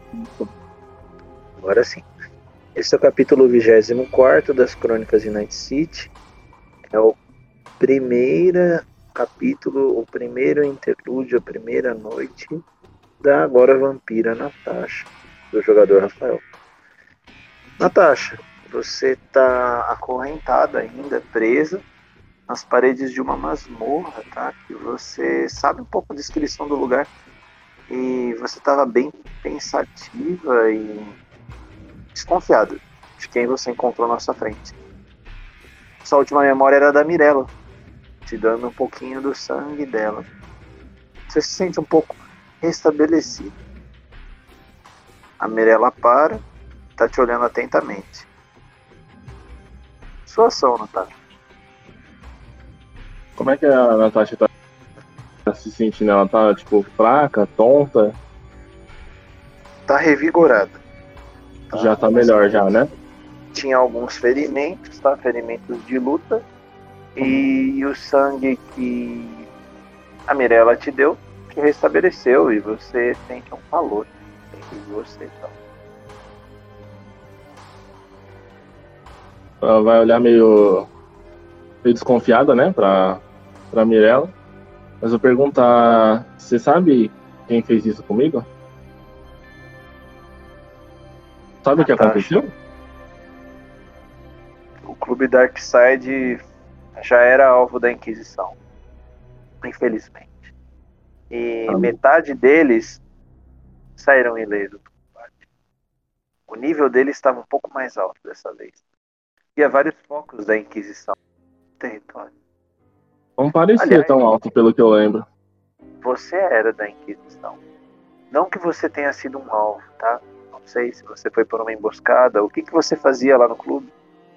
Agora sim. Esse é o capítulo 24 das Crônicas de Night City. É o primeiro capítulo, o primeiro interlúdio, a primeira noite da agora vampira Natasha, do jogador Rafael. Natasha, você está acorrentada ainda, presa nas paredes de uma masmorra, tá? Que você sabe um pouco a descrição do lugar e você estava bem pensativa e desconfiada de quem você encontrou na sua frente. Sua última memória era da Mirella, te dando um pouquinho do sangue dela. Você se sente um pouco restabelecido. A Mirella para, tá te olhando atentamente. Sua ação, Natasha. Como é que a Natasha tá se sentindo? Ela tá, tipo, fraca, tonta? Tá revigorada. Já Tá? tá melhor já, né? Tinha alguns ferimentos, tá? Ferimentos de luta. E o sangue que a Mirella te deu te restabeleceu e você sente um calor dentro de você. Tá? Ela vai olhar meio desconfiada, né, pra Mirella. Mas eu perguntar, você sabe quem fez isso comigo? Sabe o que Natasha, aconteceu? o clube Darkside já era alvo da Inquisição, infelizmente. E Ah, metade deles saíram ilesos. O nível deles estava um pouco mais alto dessa vez. Havia vários focos da Inquisição no território. não parecia Aliás, tão alto pelo que eu lembro. você era da Inquisição. Não que você tenha sido um alvo, tá? Não sei se você foi por uma emboscada. O que você fazia lá no clube?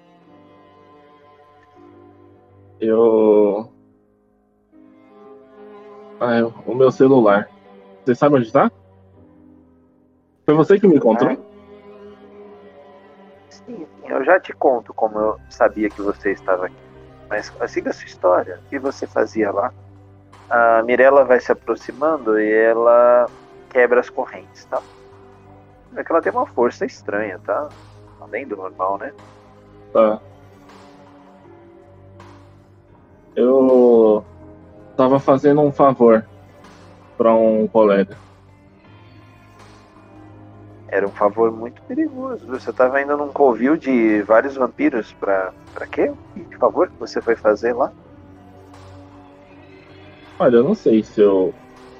Eu. O meu celular. Você sabe onde tá? Foi Seu você que me celular? encontrou? Sim, eu já te conto como eu sabia que você estava aqui. Mas siga a sua história. O que você fazia lá? A Mirella vai se aproximando e ela quebra as correntes, tá? É que ela tem uma força estranha, tá? Além do normal, né? Tá. Eu tava fazendo um favor pra um colega. Era um favor muito perigoso. Você estava indo num covil de vários vampiros pra quê? Que favor que você foi fazer lá? Olha, eu não sei se eu.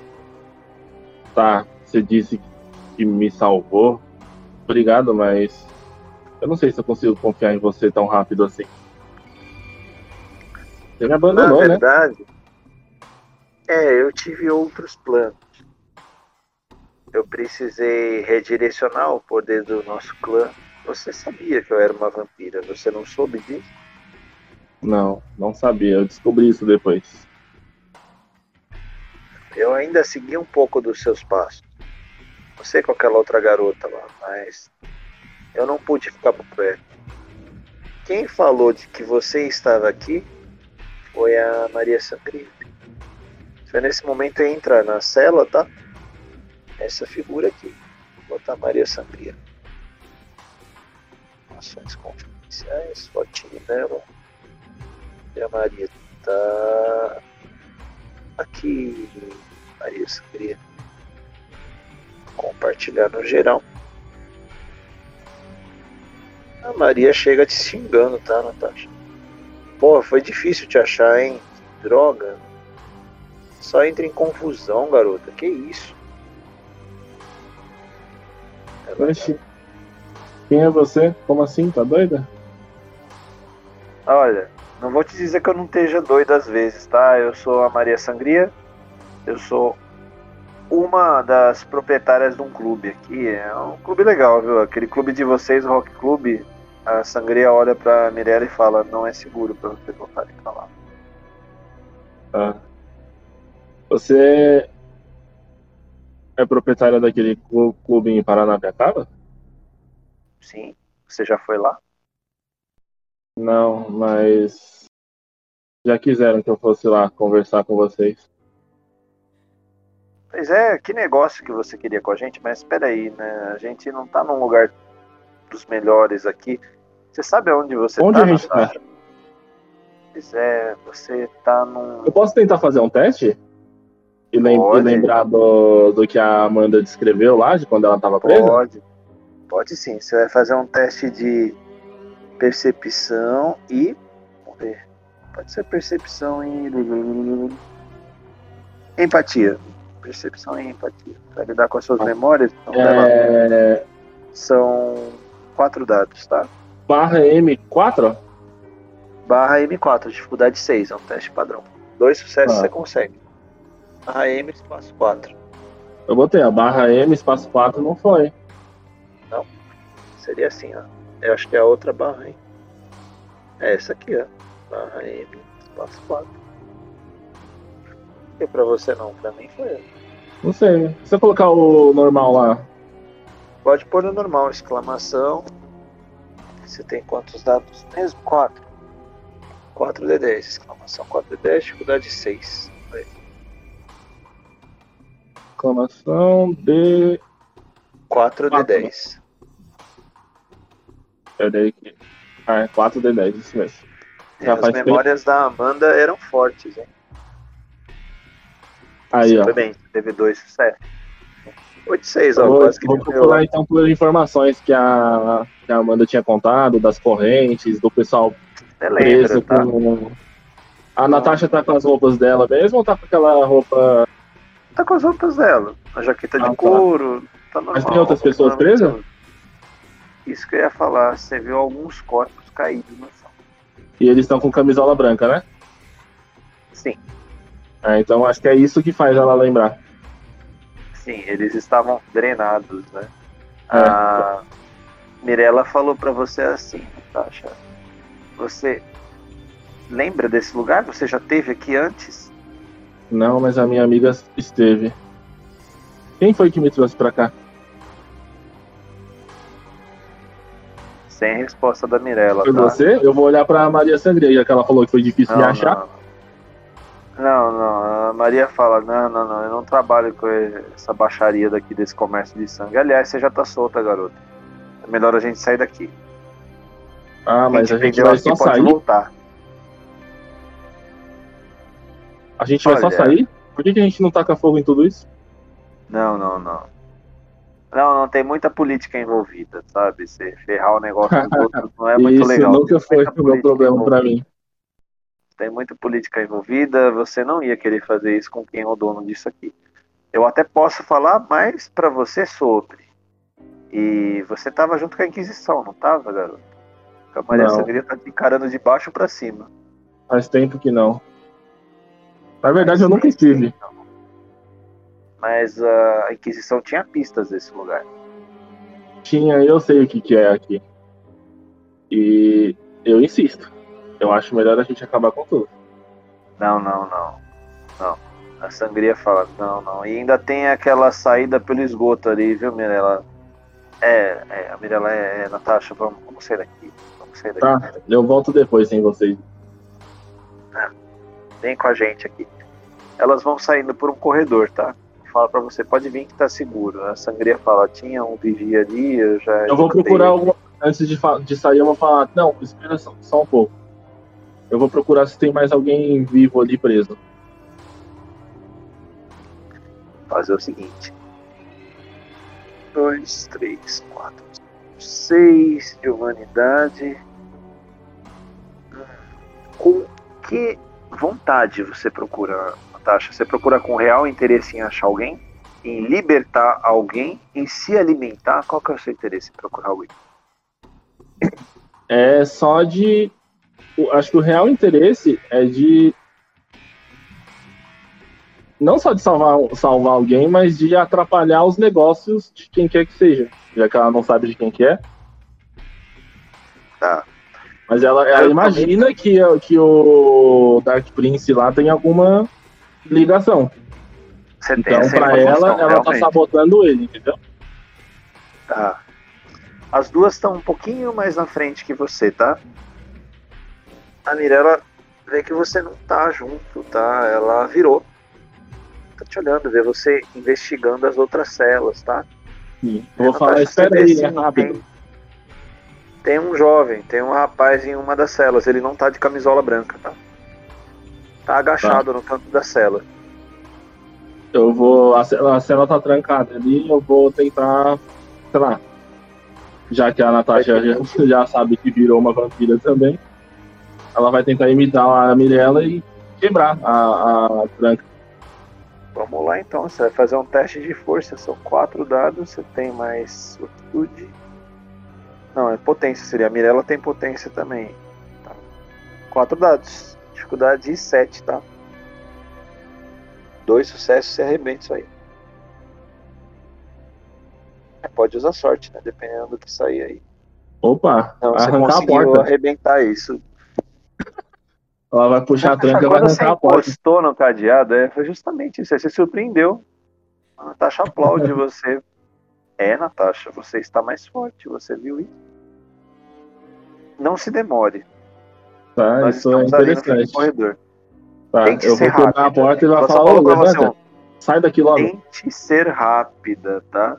Tá, você disse que me salvou. Obrigado, mas eu não sei se eu consigo confiar em você tão rápido assim. Você me Na abandonou, né? verdade, eu tive outros planos. Eu precisei redirecionar o poder do nosso clã. Você sabia que eu era uma vampira, você não soube disso? Não, não sabia. Eu descobri isso depois. Eu ainda segui um pouco dos seus passos. Não sei com aquela outra garota lá, mas eu não pude ficar por perto. Quem falou de que você estava aqui foi a Maria Sangria. Foi nesse momento entra na cela, tá? Essa figura aqui. Vou botar Maria Sangria. Ações confidenciais, fotinho dela. E a Maria tá aqui. Maria Sangria. Compartilhar no geral. A Maria chega te xingando, tá, Natasha? Porra, foi difícil te achar, hein? Que droga. Só entra em confusão, garota. Que isso? Ela tá. Oxi, quem é você? Como assim? Tá doida? Olha, não vou te dizer que eu não esteja doido às vezes, tá? Eu sou a Maria Sangria. Eu sou uma das proprietárias de um clube aqui. É um clube legal, viu? Aquele clube de vocês, o Rock Club. A Sangria olha pra Mirella e fala: não é seguro pra vocês voltarem pra lá. Ah, você é proprietária daquele clube em Paranapiacaba? Sim, você já foi lá? Não, mas já quiseram que eu fosse lá conversar com vocês. Pois é, que negócio que você queria com a gente, mas espera aí, né? A gente não tá num lugar dos melhores aqui. Você sabe onde você Onde tá, a gente tá? Natasha? Pois é, você tá num... Eu posso tentar fazer um teste? E Pode, lembrar do que a Amanda descreveu lá, de quando ela estava presa? pode sim. Você vai fazer um teste de percepção e... Vamos ver. Pode ser percepção e... Empatia. Percepção e empatia. Vai lidar com as suas memórias? Então vai lá. São 4 dados, tá? Barra M4? Barra M4, dificuldade 6, é um teste padrão. 2 sucessos você consegue. Barra M, espaço 4. Eu botei a barra M, espaço 4, não foi. Não. Seria assim, ó. Eu acho que é a outra barra, hein? É essa aqui, ó. Barra M, espaço 4. E pra você não, pra mim foi. Não sei. Se você colocar o normal lá. Pode pôr no normal, exclamação. Você tem quantos dados mesmo? 4. 4D10, exclamação 4D10, dificuldade 6. Exclamação de 4D10. Peraí. É 4D10, isso mesmo. As memórias da Amanda eram fortes, hein? Aí, você ó. foi bem, teve 2 sucessos. 8-6, ó. Quase que vou procurar então por informações que a Amanda tinha contado, das correntes, do pessoal preso tá? com... A Natasha tá com as roupas dela mesmo ou tá com aquela roupa... Tá com as roupas dela. A jaqueta de couro, tá normal. Mas tem outras pessoas presas? Isso que eu ia falar, você viu alguns corpos caídos no chão. E eles estão com camisola branca, né? Sim. Então acho que é isso que faz ela lembrar. Sim, eles estavam drenados, né? A Mirella falou pra você assim, Natasha, você lembra desse lugar? Você já esteve aqui antes? Não, mas a minha amiga esteve. Quem foi que me trouxe pra cá? Sem resposta da Mirella. Foi você? Eu vou olhar pra Maria Sangria, já que ela falou que foi difícil de achar. Não, a Maria fala, não, eu não trabalho com essa baixaria daqui desse comércio de sangue. Aliás, você já tá solta, garota. É melhor a gente sair daqui. Mas a gente vai só sair? Voltar. A gente vai só sair? Por que a gente não taca fogo em tudo isso? Não, tem muita política envolvida, sabe? Você ferrar o negócio dos outros não é muito legal. Isso nunca foi o meu problema pra mim. Tem muita política envolvida, você não ia querer fazer isso com quem é o dono disso aqui. Eu até posso falar mais pra você sobre. E você tava junto com a Inquisição, não tava, garoto? A Maria Sangria tá te encarando de baixo pra cima. Faz tempo que não. Na verdade, eu nunca estive. Mas a Inquisição tinha pistas desse lugar. Tinha, eu sei o que é aqui. E eu insisto. Eu acho melhor a gente acabar com tudo. Não. A Sangria fala, não. E ainda tem aquela saída pelo esgoto ali, viu, Mirella? A Mirella Natasha, vamos sair daqui. Tá, eu volto depois sem vocês. Vem com a gente aqui. Elas vão saindo por um corredor, tá? Fala pra você, pode vir que tá seguro. A Sangria fala, tinha um vigia ali, eu vou procurar alguma... Antes de sair, eu vou falar, não, espera só um pouco. Eu vou procurar se tem mais alguém vivo ali preso. Fazer o seguinte. 2, 3, 4, 6 de humanidade. Com que vontade você procura, Natasha? Você procura com real interesse em achar alguém? Em libertar alguém? Em se alimentar? Qual que é o seu interesse em procurar alguém? É só de... Acho que o real interesse é de... Não só de salvar alguém, mas de atrapalhar os negócios de quem quer que seja. Já que ela não sabe de quem que é. Tá. Mas ela imagina que o Dark Prince lá tem alguma ligação. Então, pra ela tá sabotando ele, entendeu? Tá. As duas estão um pouquinho mais na frente que você, tá? A Mirella vê que você não tá junto, tá? Ela virou. tá te olhando, vê você investigando as outras celas, tá? Sim. Eu vou falar, espera aí, é rápido. Tem um jovem, tem um rapaz em uma das celas, ele não tá de camisola branca, tá? Tá agachado no canto da cela. Eu vou. A cela tá trancada ali, eu vou tentar, sei lá. Já que a Natasha já sabe que virou uma vampira também, ela vai tentar imitar a Mirella e quebrar a tranca. Vamos lá então, você vai fazer um teste de força, são 4 dados, você tem mais fortitude. Não, é potência, seria. A Mirella tem potência também. Tá. 4 dados, dificuldade 7, tá? 2 sucessos, você arrebenta isso aí. Pode usar sorte, né? Dependendo do que sair aí. Opa, não, vai você arrancar a porta. Arrebentar isso. Ela vai puxar a tranca e vai arrancar a porta. Quando você encostou no cadeado, foi justamente isso. Aí você surpreendeu. A Natasha aplaude você. Natasha, você está mais forte. Você viu isso? Não se demore. Tá, Nós isso é estamos ali no fim do interessante. corredor. Tá, Tente eu ser vou quebrar rápida. a porta e vai Ela falar, só falou pra levanta, você, sai daqui logo. Tente ser rápida, tá?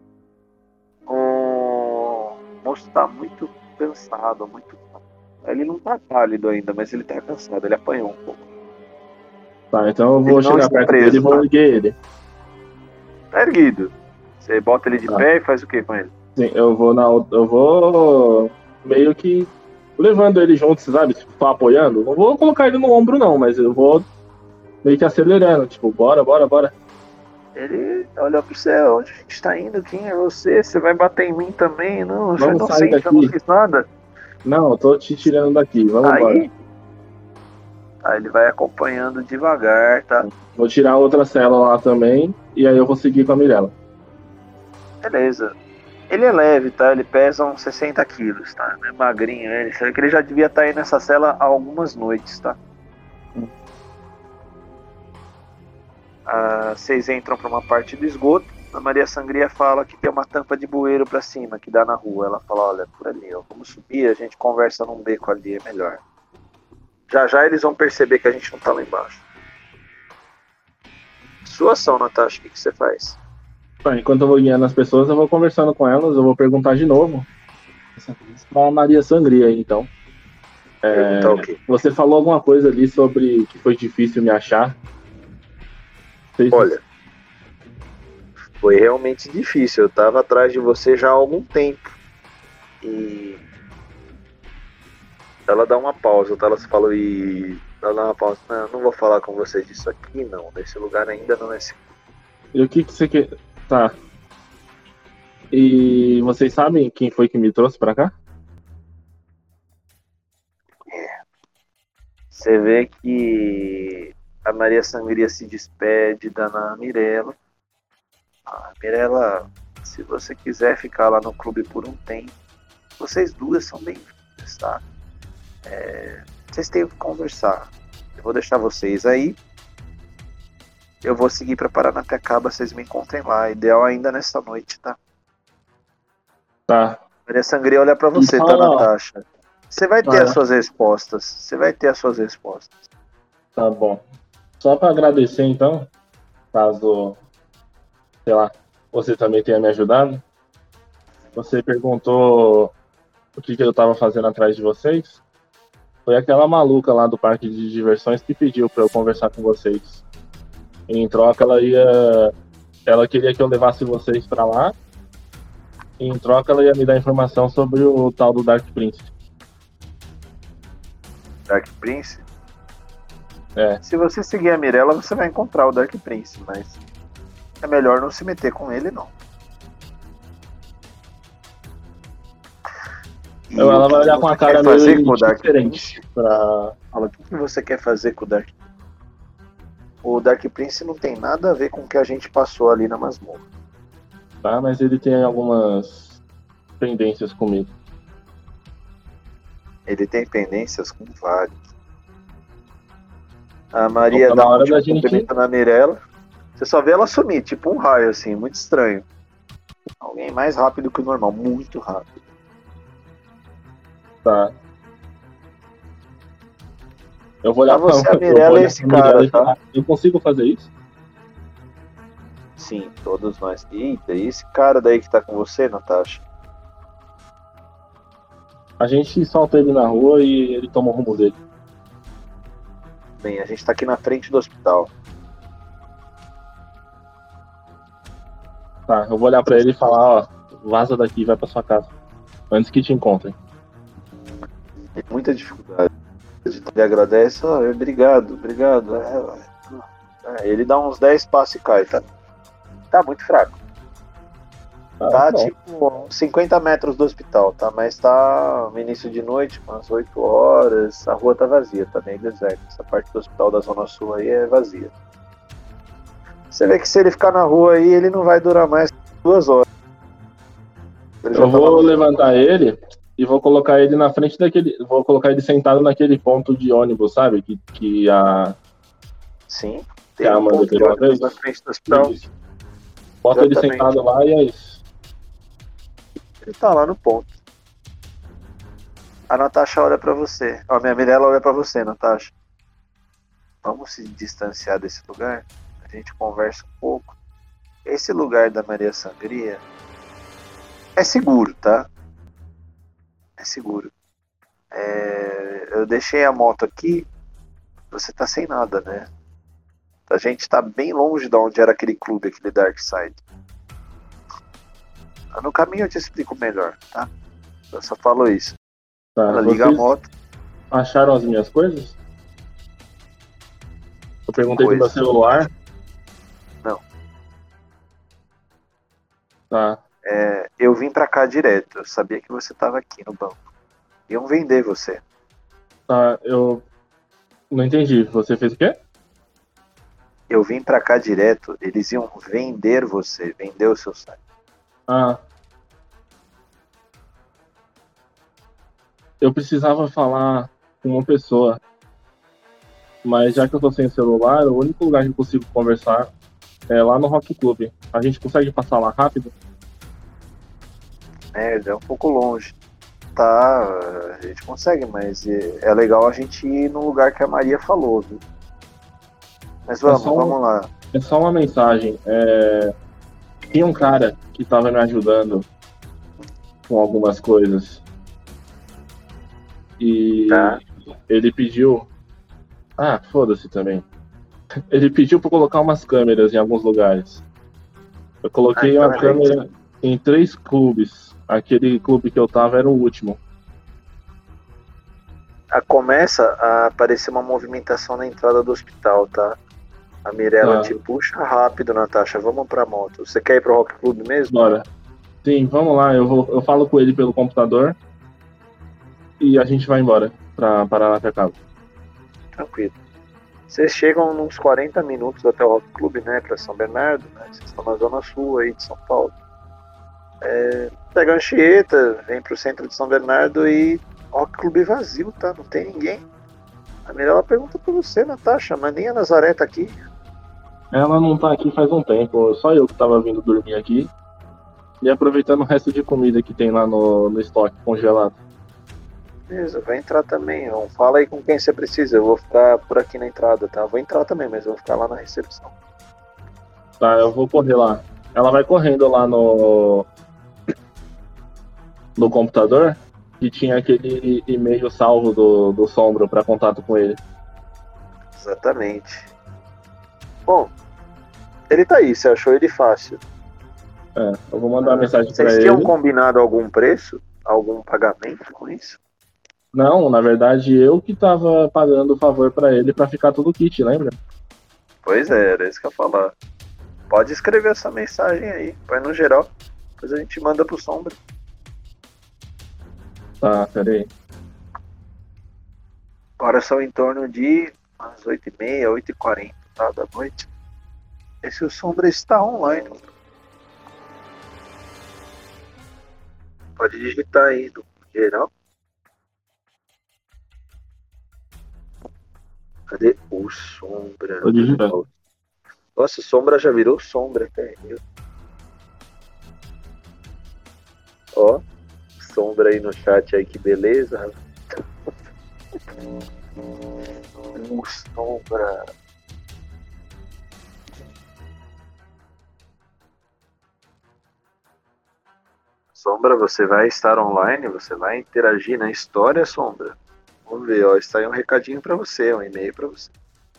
O moço tá muito cansado, muito. Ele não tá pálido ainda, mas ele tá cansado, ele apanhou um pouco. Tá, então eu vou chegar perto dele e vou erguer ele. Tá erguido. Você bota ele de pé e faz o que com ele? Sim, eu vou meio que levando ele junto, sabe? Tipo, tô apoiando. Não vou colocar ele no ombro não, mas eu vou meio que acelerando, tipo, bora. Ele olha pra você, onde a gente tá indo? Quem é você? Você vai bater em mim também? Não, vamos não sair daqui. Eu não fiz nada. Não, eu tô te tirando daqui, vamos embora. Aí ele vai acompanhando devagar, tá? Vou tirar outra célula lá também, e aí eu vou seguir com a Mirella. Beleza. Ele é leve, tá? Ele pesa uns 60 quilos, tá? É magrinho ele. Será que ele já devia estar aí nessa cela há algumas noites, tá? Vocês entram para uma parte do esgoto. A Maria Sangria fala que tem uma tampa de bueiro para cima que dá na rua. Ela fala, olha, por ali, ó, vamos subir, a gente conversa num beco ali, é melhor. Já eles vão perceber que a gente não tá lá embaixo. Sua ação, Natasha, o que você faz? Enquanto eu vou guiando as pessoas, eu vou conversando com elas, eu vou perguntar de novo. Pra Maria Sangria aí, então. Perguntar o quê? Você falou alguma coisa ali sobre que foi difícil me achar. Olha, foi realmente difícil. Eu tava atrás de você já há algum tempo. E ela dá uma pausa, tá? Ela falou ela dá uma pausa. Não vou falar com você disso aqui, não. Nesse lugar ainda não é seguro. E o que você quer? Tá. E vocês sabem quem foi que me trouxe pra cá? Você vê que a Maria Sangria se despede da Mirella. Mirella, se você quiser ficar lá no clube por um tempo, vocês duas são bem-vindas, tá? Vocês têm que conversar. Eu vou deixar vocês aí. Eu vou seguir pra Paranapiacaba, vocês me encontrem lá. Ideal ainda nessa noite, tá? Tá. Maria Sangria olha pra você, tá, Natasha? Você vai ter as suas respostas. Tá bom. Só pra agradecer, então, caso, sei lá, você também tenha me ajudado. Você perguntou o que eu tava fazendo atrás de vocês. Foi aquela maluca lá do parque de diversões que pediu pra eu conversar com vocês. Em troca, ela queria que eu levasse vocês pra lá. Em troca, ela ia me dar informação sobre o tal do Dark Prince. Dark Prince? É. Se você seguir a Mirella, você vai encontrar o Dark Prince, mas é melhor não se meter com ele, não. Ela vai olhar com a cara meio diferente. Fala, o que você quer fazer com o Dark Prince? O Dark Prince não tem nada a ver com o que a gente passou ali na masmorra. Tá, mas ele tem algumas pendências comigo. Ele tem pendências com vários. A Maria dá um cumprimento na Mirella. Você só vê ela sumir, tipo um raio, assim, muito estranho. Alguém mais rápido que o normal, muito rápido. Tá. Eu vou olhar pra você, a Mirella é esse cara, tá? Eu consigo fazer isso? Sim, todos nós. Eita, e esse cara daí que tá com você, Natasha? A gente solta ele na rua e ele toma o rumo dele. Bem, a gente tá aqui na frente do hospital. Tá, eu vou olhar pra ele e falar, ó, vaza daqui e vai pra sua casa. Antes que te encontrem. Tem muita dificuldade. Ele agradece, obrigado. Ele dá uns 10 passos e cai, tá? Tá muito fraco. Tá Bom. tipo uns 50 metros do hospital, tá? Mas tá no início de noite, umas 8 horas. A rua tá vazia, tá meio deserta. Essa parte do hospital da Zona Sul aí é vazia. Você vê que se ele ficar na rua aí, ele não vai durar mais 2 horas. Eu vou levantar ele e vou colocar ele na frente daquele. Vou colocar ele sentado naquele ponto de ônibus, sabe? Que a. Sim, tem um ponto de ônibus na frente do hospital. Bota ele sentado lá e é isso. Ele tá lá no ponto. A Natasha olha pra você. A minha Mirella olha pra você, Natasha. Vamos se distanciar desse lugar? A gente conversa um pouco. Esse lugar da Maria Sangria é seguro, tá? É seguro. Eu deixei a moto aqui. Você tá sem nada, né? A gente tá bem longe de onde era aquele clube, aquele Dark Side. No caminho eu te explico melhor, tá? Eu só falo isso. Tá, ela liga a moto. Acharam as minhas coisas? Eu perguntei do meu celular. Não. Tá. Eu vim pra cá direto. Eu sabia que você tava aqui no banco. Iam vender você. Tá, eu não entendi. Você fez o quê? Eu vim pra cá direto. Eles iam vender você. Vender o seu site. Ah. Eu precisava falar com uma pessoa. Mas já que eu tô sem celular, o único lugar que eu consigo conversar é lá no Rock Club. A gente consegue passar lá rápido? É um pouco longe. Tá, a gente consegue, mas é legal a gente ir no lugar que a Maria falou, viu? Mas vamos lá. É só uma mensagem. Tinha um cara que tava me ajudando com algumas coisas. E ele pediu... Ah, foda-se também. Ele pediu pra colocar umas câmeras em alguns lugares. Eu coloquei uma câmera em 3 clubes. Aquele clube que eu tava era o último. Começa a aparecer uma movimentação na entrada do hospital, tá? A Mirella te puxa rápido, Natasha. Vamos pra moto. Você quer ir pro Rock Club mesmo? Bora. Sim, vamos lá. Eu falo com ele pelo computador. E a gente vai embora pra parar na tua casa. Tranquilo. Vocês chegam uns 40 minutos até o Rock Club, né? Pra São Bernardo, né? Vocês estão na zona sul aí de São Paulo. Pega a Anchieta, vem pro centro de São Bernardo e Rock Club vazio, tá? Não tem ninguém. A Mirella pergunta pra você, Natasha, mas nem a Nazaré tá aqui. Ela não tá aqui faz um tempo, só eu que tava vindo dormir aqui. E aproveitando o resto de comida que tem lá no estoque congelado. Beleza, vai entrar também. Fala aí com quem você precisa. Eu vou ficar por aqui na entrada, tá? Vou entrar também, mas eu vou ficar lá na recepção. Tá, eu vou correr lá. Ela vai correndo lá no computador que tinha aquele e-mail salvo do Sombra para contato com ele. Exatamente. Bom, ele tá aí, você achou ele fácil. Eu vou mandar uma mensagem para ele. Vocês tinham combinado algum preço? Algum pagamento com isso? Não, na verdade eu que tava pagando o favor para ele para ficar tudo kit, lembra? Pois era isso que eu ia falar. Pode escrever essa mensagem aí, põe no geral, depois a gente manda pro Sombra. Tá, peraí. Agora são em torno de umas 8h30, 8h40, tá, da noite. Esse Sombra está online. Pode digitar aí no geral. Cadê o Sombra? Tô digitando. Nossa, Sombra já virou Sombra até. Ó, Sombra aí no chat aí, que beleza. O Sombra. Sombra, você vai estar online? Você vai interagir na história, Sombra? Vamos ver, ó. Está aí um recadinho para você, um e-mail para você.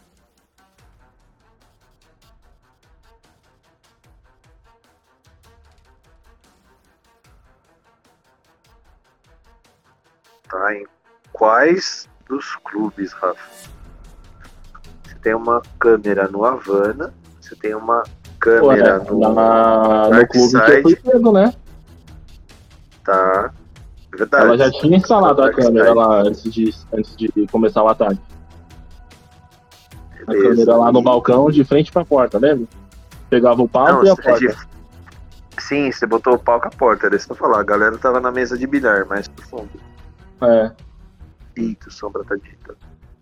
Tá em quais dos clubes, Rafa? Você tem uma câmera no Havana, você tem uma câmera no clube que eu fui pego, né? Tá. Verdade. Ela já tinha instalado a câmera lá antes de começar o ataque. Beleza. A câmera lá no balcão de frente pra porta, lembra? Pegava o palco e a porta. Sim, você botou o palco e a porta, era isso que eu falar. A galera tava na mesa de bilhar, mais pro fundo. É. Eita, o Sombra tá digitando.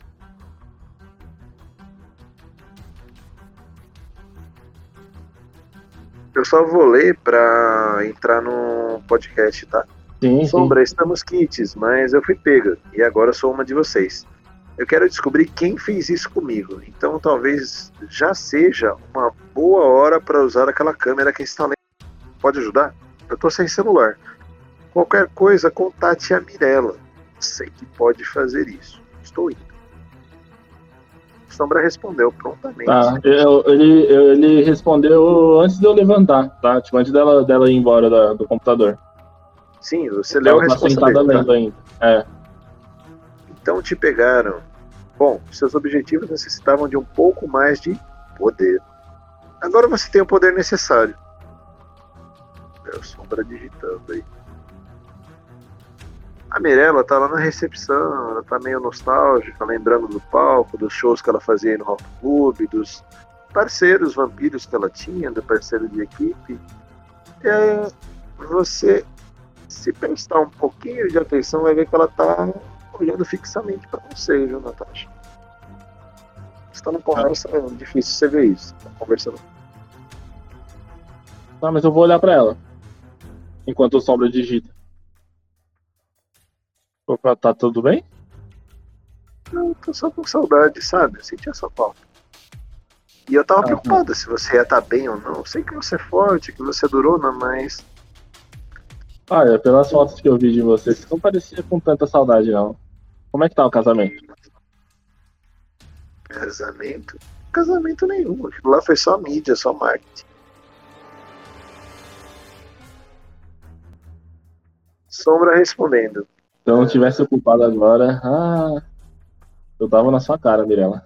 Eu só vou ler pra entrar no podcast, tá? Sim, Sombra, estamos kits, mas eu fui pega e agora sou uma de vocês. Eu quero descobrir quem fez isso comigo, então talvez já seja uma boa hora para usar aquela câmera que instalei. Pode ajudar? Eu tô sem celular. Qualquer coisa, contate a Mirella. Sei que pode fazer isso. Estou indo. Sombra respondeu prontamente. Tá, ele respondeu antes de eu levantar, tá? Tipo, antes dela ir embora do computador. Sim, você leu a resposta dele, lendo ainda. É. Então te pegaram. Bom, seus objetivos necessitavam de um pouco mais de poder. Agora você tem o poder necessário. É o Sombra digitando aí. A Mirella tá lá na recepção, ela tá meio nostálgica, lembrando do palco, dos shows que ela fazia no Rock Club, dos parceiros vampiros que ela tinha, do parceiro de equipe. Você, se prestar um pouquinho de atenção, vai ver que ela tá olhando fixamente para você, viu, Natasha? Você tá numa conversa, é difícil você ver isso. Tá conversando. Tá, mas eu vou olhar pra ela enquanto o Sombra digita. Opa, tá tudo bem? Não, tô só com saudade, sabe? Eu senti a sua falta. E eu tava preocupada se você ia estar bem ou não. Eu sei que você é forte, que você durou, não, mas... Olha, pelas fotos que eu vi de você, você não parecia com tanta saudade, não. Como é que tá o casamento? Casamento? Casamento nenhum. Aquilo lá foi só mídia, só marketing. Sombra respondendo. Se eu não tivesse ocupado agora, eu tava na sua cara, Mirella.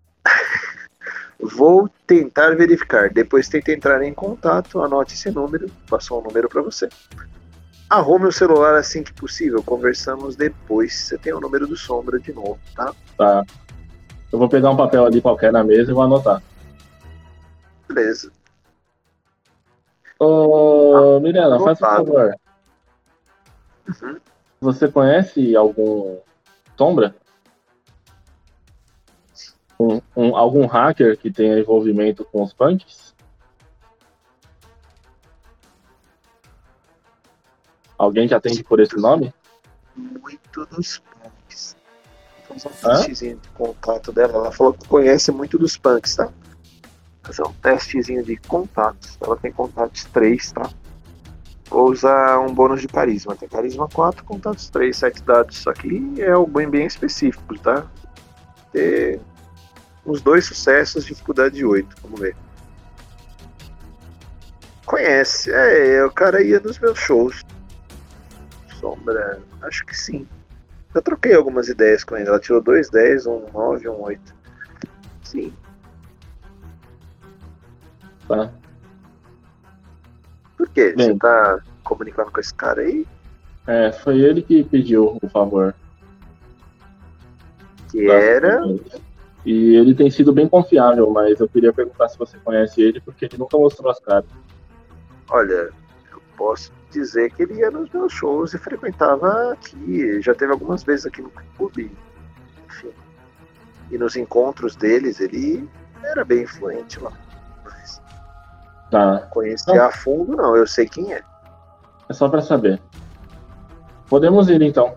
Vou tentar verificar. Depois tenta entrar em contato, anote esse número, passou um número para você. Arrume o celular assim que possível, conversamos depois. Você tem o número do Sombra de novo, tá? Tá. Eu vou pegar um papel ali qualquer na mesa e vou anotar. Beleza. Ô, Mirella, faz um favor. Uhum. Você conhece algum Sombra? Algum hacker que tenha envolvimento com os punks? Alguém que atende por esse nome? Muito dos punks. Vamos fazer um testezinho de contato dela. Ela falou que conhece muito dos punks, tá? Fazer um testezinho de contatos. Ela tem contatos 3, tá? Vou usar um bônus de carisma. Tem carisma 4, contatos 3, 7 dados. Isso aqui é o bem específico, tá? Ter uns 2 sucessos, dificuldade 8. Vamos ver. Conhece. O cara ia nos meus shows. Sombra, acho que sim. Eu troquei algumas ideias com ele. Ela tirou 2 10, um 9 e um 8. Sim. Tá. Por quê? Bem, você tá comunicando com esse cara aí? Foi ele que pediu o favor. Que era? E ele tem sido bem confiável, mas eu queria perguntar se você conhece ele, porque ele nunca mostrou as caras. Olha, eu posso dizer que ele ia nos meus shows e frequentava aqui. Já teve algumas vezes aqui no clube. Enfim. E nos encontros deles, ele era bem influente lá. Mas conhecer a fundo, não. Eu sei quem é. É só pra saber. Podemos ir, então.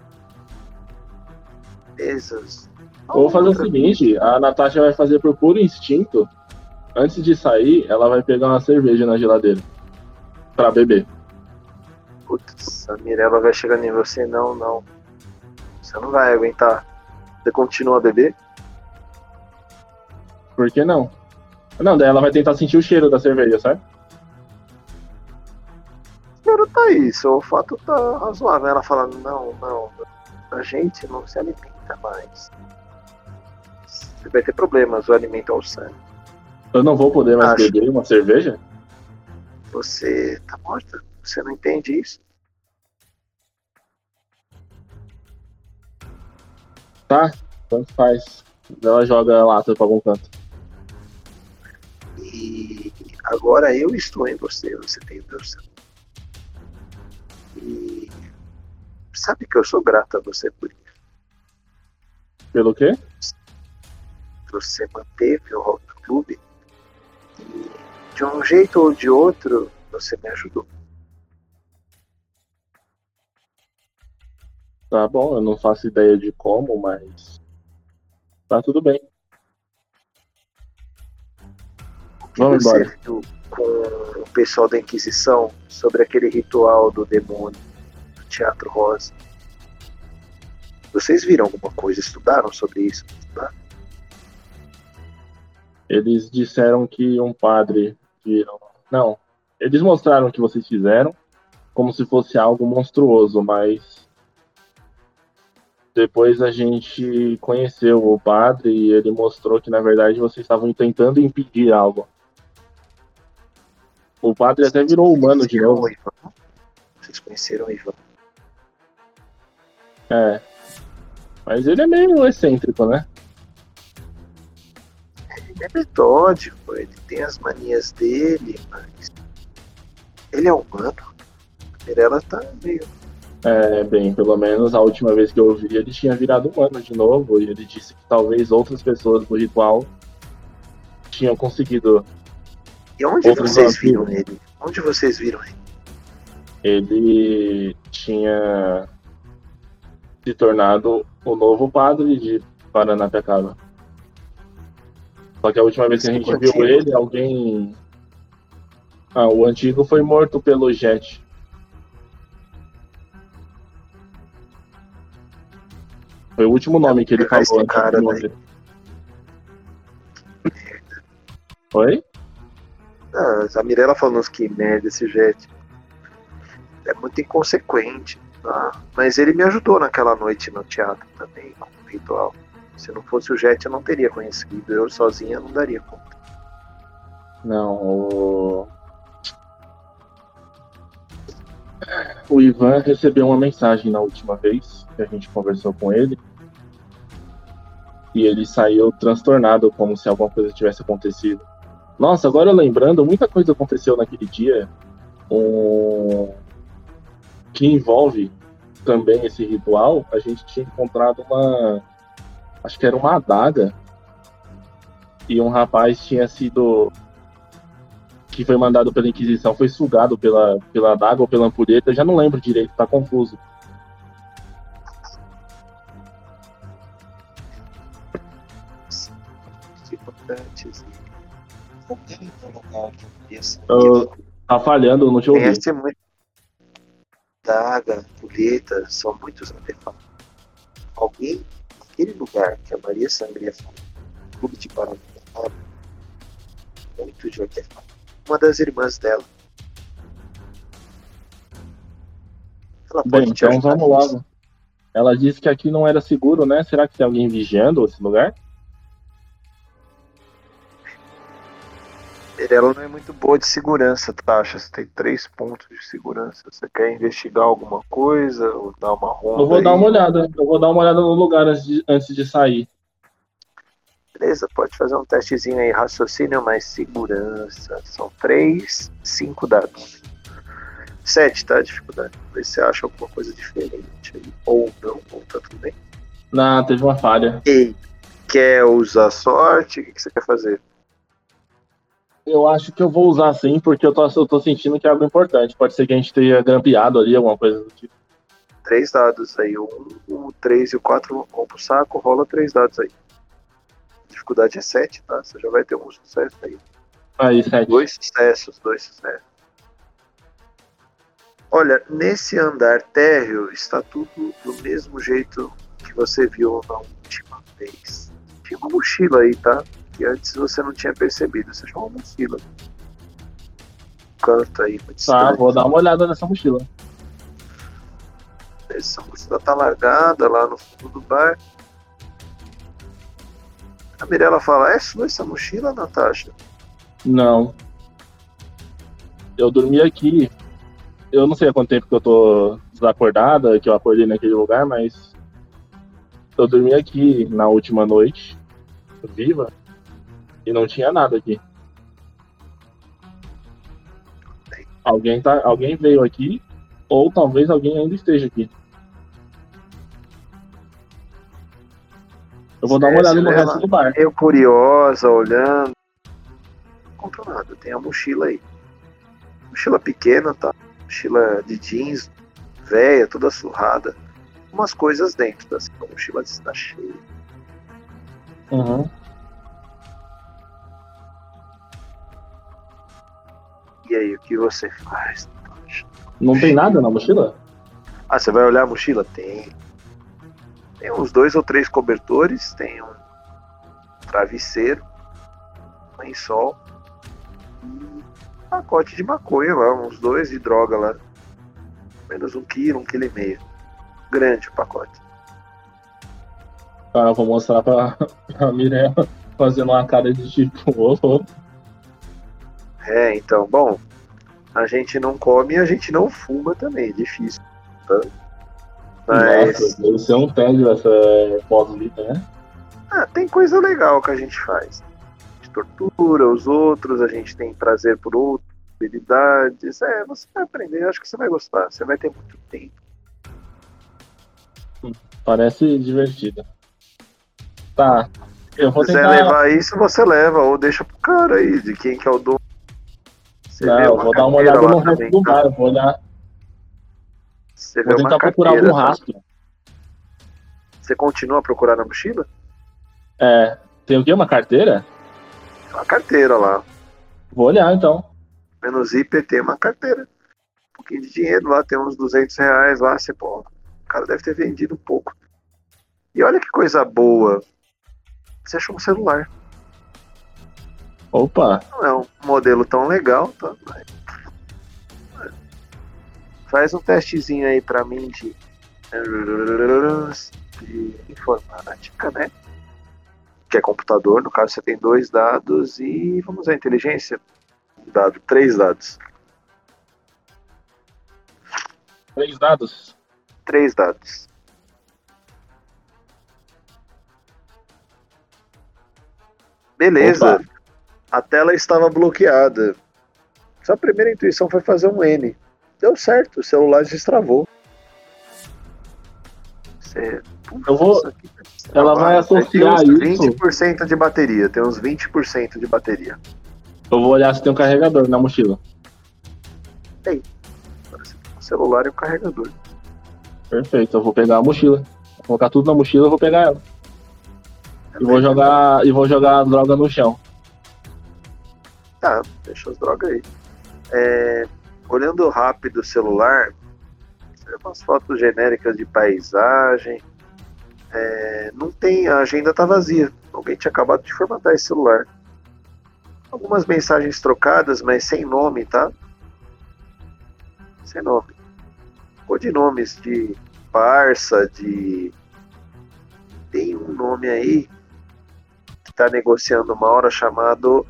Belezas. Vou fazer o seguinte, a Natasha vai fazer por puro instinto. Antes de sair, ela vai pegar uma cerveja na geladeira pra beber. Putz, a Mirella vai chegando em você, não. Você não vai aguentar. Você continua a beber? Por que não? Não, daí ela vai tentar sentir o cheiro da cerveja, sabe? O cheiro tá aí, seu olfato tá razoável. Ela fala, não, a gente não se alimenta mais. Você vai ter problemas, o alimento é o sangue. Eu não vou poder mais Acho. beber uma cerveja? Você tá morta? Você não entende isso? Tá, tanto faz. Ela joga a lata pra algum canto. E agora eu estou em você, você tem o meu sangue. E sabe que eu sou grato a você por isso. Pelo quê? Você manteve o Rock Club e de um jeito ou de outro você me ajudou. Tá bom, eu não faço ideia de como, mas tá tudo bem. O que Vamos você embora. viu com o pessoal da Inquisição sobre aquele ritual do demônio do Teatro Rosa? Vocês viram alguma coisa? Estudaram sobre isso? Tá? Eles disseram que um padre viram. Não, eles mostraram o que vocês fizeram como se fosse algo monstruoso, mas depois a gente conheceu o padre e ele mostrou que na verdade vocês estavam tentando impedir algo. O padre até virou humano de Conheceram o novo. Ivan? Vocês conheceram o Ivan? É, mas ele é meio excêntrico, né? Ele é metódico, ele tem as manias dele, mas ele é humano. A Mirella tá meio. É, bem, pelo menos a última vez que eu vi ele tinha virado humano de novo e ele disse que talvez outras pessoas do ritual tinham conseguido. E onde Outros vocês viram vampiros. ele? Onde vocês viram ele? Ele tinha se tornado o novo padre de Paranapiacaba. Só que a última vez que a gente viu ele, alguém. Ah, o antigo foi morto pelo Jet. Foi o último nome que ele Pegar falou esse antes de cara morrer. Oi? A Mirella falando que merda esse Jet. É muito inconsequente. Tá? Mas ele me ajudou naquela noite no teatro também, com o ritual. Se não fosse o Jet, eu não teria conhecido. Eu sozinha não daria conta. Não, o Ivan recebeu uma mensagem na última vez que a gente conversou com ele. E ele saiu transtornado, como se alguma coisa tivesse acontecido. Nossa, agora lembrando, muita coisa aconteceu naquele dia. Que envolve também esse ritual. A gente tinha encontrado uma. Acho que era uma adaga. E um rapaz tinha sido. Que foi mandado pela Inquisição, foi sugado pela adaga ou pela ampulheta. Eu já não lembro direito, tá confuso. Importantes. Alguém no lugar que eu conheço. Tá falhando, eu não te ouvi. Conhece muito. Daga, ampulheta, são muitos artefatos. Alguém naquele lugar que a Maria Sangria falou, Clube de Paranapiacaba, muito de artefato. Uma das irmãs dela. Ela pode Bem, te então ajudar vamos nisso. lá. Ela disse que aqui não era seguro, né? Será que tem alguém vigiando esse lugar? Ela não é muito boa de segurança, Tasha. Você tem 3 pontos de segurança. Você quer investigar alguma coisa ou dar uma ronda Eu vou dar aí? uma olhada. Eu vou dar uma olhada no lugar antes de sair. Beleza, pode fazer um testezinho aí, raciocínio mais segurança. São 3, 5 dados. 7, tá? Dificuldade. Ver se você acha alguma coisa diferente aí. Ou não, ou tá tudo bem. Não, teve uma falha. E quer usar sorte? O que você quer fazer? Eu acho que eu vou usar sim, porque eu tô sentindo que é algo importante. Pode ser que a gente tenha grampeado ali, alguma coisa do tipo. 3 dados aí. O 3 e o 4 vão pro saco. Rola 3 dados aí. Dificuldade é 7, tá? Você já vai ter um sucesso aí. Aí, 7. 2 sucessos, 2 sucessos. Olha, nesse andar térreo está tudo do mesmo jeito que você viu na última vez. Tinha uma mochila aí, tá? Que antes você não tinha percebido. Você achou uma mochila. Canto aí, muito Tá, distante. vou dar uma olhada nessa mochila. Essa mochila tá largada lá no fundo do bar. A Mirella fala, é sua essa mochila, Natasha? Não. Eu dormi aqui. Eu não sei há quanto tempo que eu tô desacordada, que eu acordei naquele lugar, mas eu dormi aqui na última noite, viva, e não tinha nada aqui. Alguém veio aqui, ou talvez alguém ainda esteja aqui. Eu vou dar uma olhada no resto do bar. Eu curiosa, olhando. Não encontro nada, tem a mochila aí. Mochila pequena, tá? Mochila de jeans, velha, toda surrada. Umas coisas dentro dessa mochila está cheia. Uhum. E aí, o que você faz? Não tem nada na mochila? Ah, você vai olhar a mochila? Tem. Tem uns 2 ou 3 cobertores, tem um travesseiro, um lençol, um pacote de maconha lá, uns 2 de droga lá. Menos 1 quilo, 1,5 kg. Grande o pacote. Ah, vou mostrar pra Mirella fazendo uma cara de tipo, ô. É, então, bom, a gente não come e a gente não fuma também, é difícil. Tá? Mas Nossa, deve ser um tédio essa pós-vida, né? tem coisa legal que a gente faz. A gente tortura os outros, a gente tem prazer por outras habilidades. Você vai aprender, acho que você vai gostar, você vai ter muito tempo. Parece divertida. Tá, eu vou Se quiser tentar... levar isso, você leva, ou deixa pro cara aí, de quem que é o dono. Você Não, vê eu vou dar uma carteira olhada lá no resto também, do tá? bar, eu vou olhar. Você vê Vou uma tentar procurar carteira, algum tá? rastro. Você continua a procurar na mochila? É, tem o quê? Uma carteira? Tem uma carteira lá. Vou olhar então. Menos IPT, uma carteira. Um pouquinho de dinheiro lá, tem uns R$200 lá. Você, pô, o cara deve ter vendido um pouco. E olha que coisa boa. Você achou um celular. Opa, Não é um modelo tão legal, tá? Mas... Faz um testezinho aí pra mim de informática, né? Que é computador, no caso você tem 2 dados e vamos à inteligência. 3 dados. 3 dados. 3 dados. Beleza. Opa. A tela estava bloqueada. Sua primeira intuição foi fazer um N. Deu certo, o celular destravou. Você... Eu vou... Ela vai associar tem uns isso. 20% de bateria. Tem uns 20% de bateria. Eu vou olhar se tem um carregador na mochila. Tem. O celular e o carregador. Perfeito, eu vou pegar a mochila. Vou colocar tudo na mochila e vou pegar ela. E vou jogar a droga no chão. Tá, deixa as drogas aí. Olhando rápido o celular, você vê umas fotos genéricas de paisagem. Não tem, a agenda tá vazia. Alguém tinha acabado de formatar esse celular. Algumas mensagens trocadas, mas sem nome, tá? Sem nome. Codinomes de parça, de... Tem um nome aí que tá negociando uma hora chamado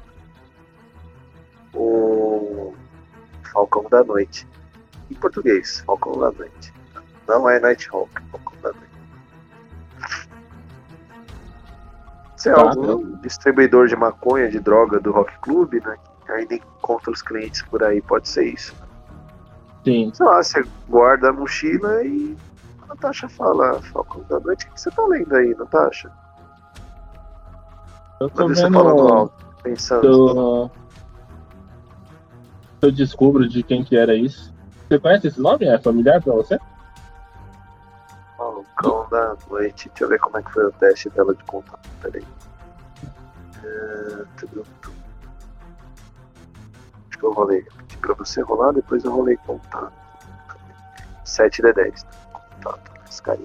o Falcão da Noite. Em português, Falcão da Noite. Não é Nighthawk, Falcão da Noite. Se é algum distribuidor de maconha, de droga do Rock Club, né? Que ainda encontra os clientes por aí, pode ser isso. Sim. Sei lá, você guarda a mochila e a Natasha fala, Falcão da Noite, o que você tá lendo aí, Natasha? Eu tô Quando você vendo... falando alto, pensando. Eu descubro de quem que era isso. Você conhece esse nome? É familiar pra você? Falcão da Noite. Deixa eu ver como é que foi o teste dela de contato. Peraí. Acho que eu rolei. Pedi pra você rolar, depois eu rolei contato. 7D10. Tá, esse carinha.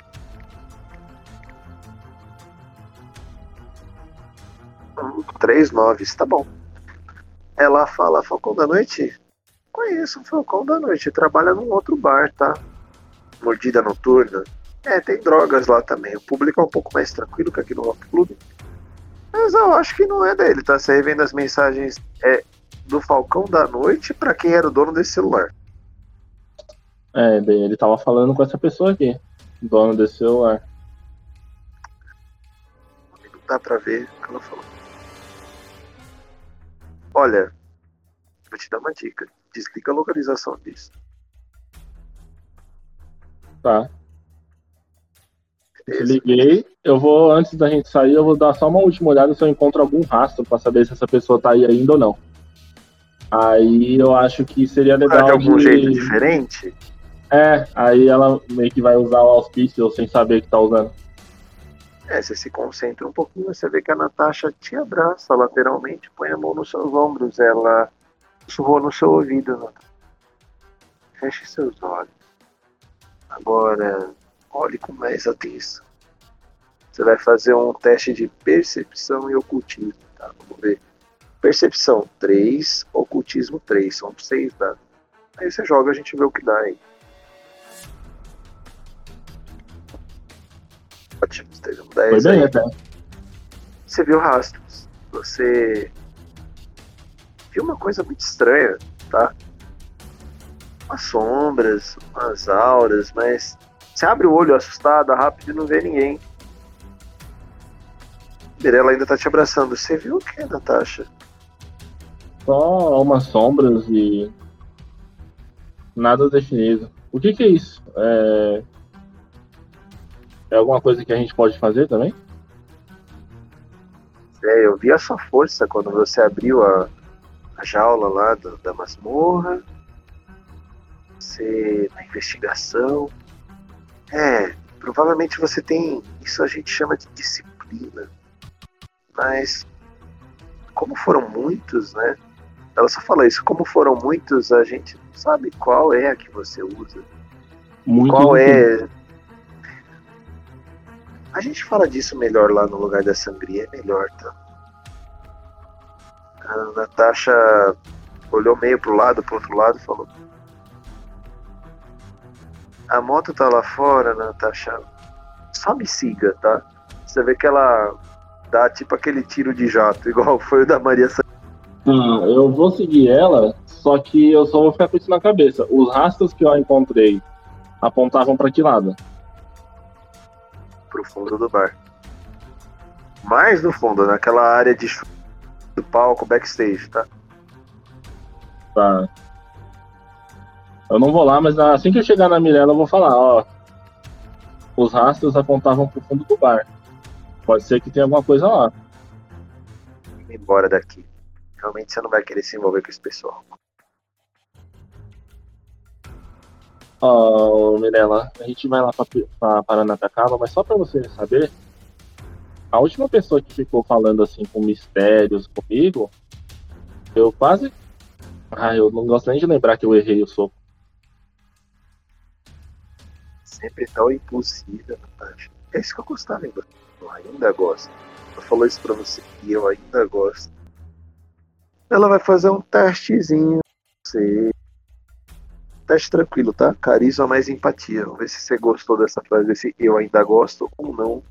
Três noves, tá bom. Ela fala, Falcão da Noite? Conheço um Falcão da Noite, trabalha num outro bar, tá? Mordida Noturna. Tem drogas lá também. O público é um pouco mais tranquilo que aqui no Rock Club. Mas eu acho que não é dele, tá? Você revendo as mensagens do Falcão da Noite pra quem era o dono desse celular. Ele tava falando com essa pessoa aqui, dono desse celular. Não dá pra ver o que ela falou. Olha, vou te dar uma dica. Desliga a localização disso. Tá. Desliguei. Eu vou, antes da gente sair, eu vou dar só uma última olhada se eu encontro algum rastro pra saber se essa pessoa tá aí ainda ou não. Aí eu acho que seria legal de algum jeito diferente? Aí ela meio que vai usar o auspício sem saber que tá usando. Você se concentra um pouquinho, você vê que a Natasha te abraça lateralmente, põe a mão nos seus ombros, ela sussurrou no seu ouvido. Natasha. Feche seus olhos. Agora, olhe com mais atenção. Você vai fazer um teste de percepção e ocultismo, tá? Vamos ver. Percepção 3, ocultismo 3, são 6 dados. Aí você joga, a gente vê o que dá aí. Ótimo, você teve um 10 Foi bem, aí. até. Você viu rastros. Você viu uma coisa muito estranha, tá? Umas sombras, umas auras, mas você abre o olho assustada, rápido e não vê ninguém. Mirella ainda tá te abraçando. Você viu o que, Natasha? Só umas sombras e nada definido. O que é isso? É alguma coisa que a gente pode fazer também? Eu vi a sua força quando você abriu a jaula lá da masmorra. Você, na investigação. Provavelmente você tem, isso a gente chama de disciplina. Mas, como foram muitos, né? Ela só fala isso, como foram muitos, a gente não sabe qual é a que você usa. Qual é... A gente fala disso melhor lá no lugar da sangria, é melhor, tá? A Natasha olhou meio pro outro lado e falou: a moto tá lá fora, Natasha. Só me siga, tá? Você vê que ela dá tipo aquele tiro de jato, igual foi o da Maria Eu vou seguir ela, só que eu só vou ficar com isso na cabeça. Os rastros que eu encontrei apontavam pra que lado? Pro fundo do bar. Mais no fundo, naquela área do palco, backstage, tá? Tá. Eu não vou lá, mas assim que eu chegar na Mirella eu vou falar, ó. Os rastros apontavam pro fundo do bar. Pode ser que tenha alguma coisa lá. Ir embora daqui. Realmente você não vai querer se envolver com esse pessoal. Ó, Mirella, a gente vai lá pra Paranapiacaba, mas só pra você saber, a última pessoa que ficou falando assim com mistérios comigo, eu quase... eu não gosto nem de lembrar que eu errei o soco. Sempre tão impulsiva, Natasha. É isso que eu gostava, hein? Eu ainda gosto. Eu falo isso pra você e eu ainda gosto. Ela vai fazer um testezinho. Teste tranquilo, tá? Carisma mais empatia. Vamos ver se você gostou dessa frase, desse eu ainda gosto ou não.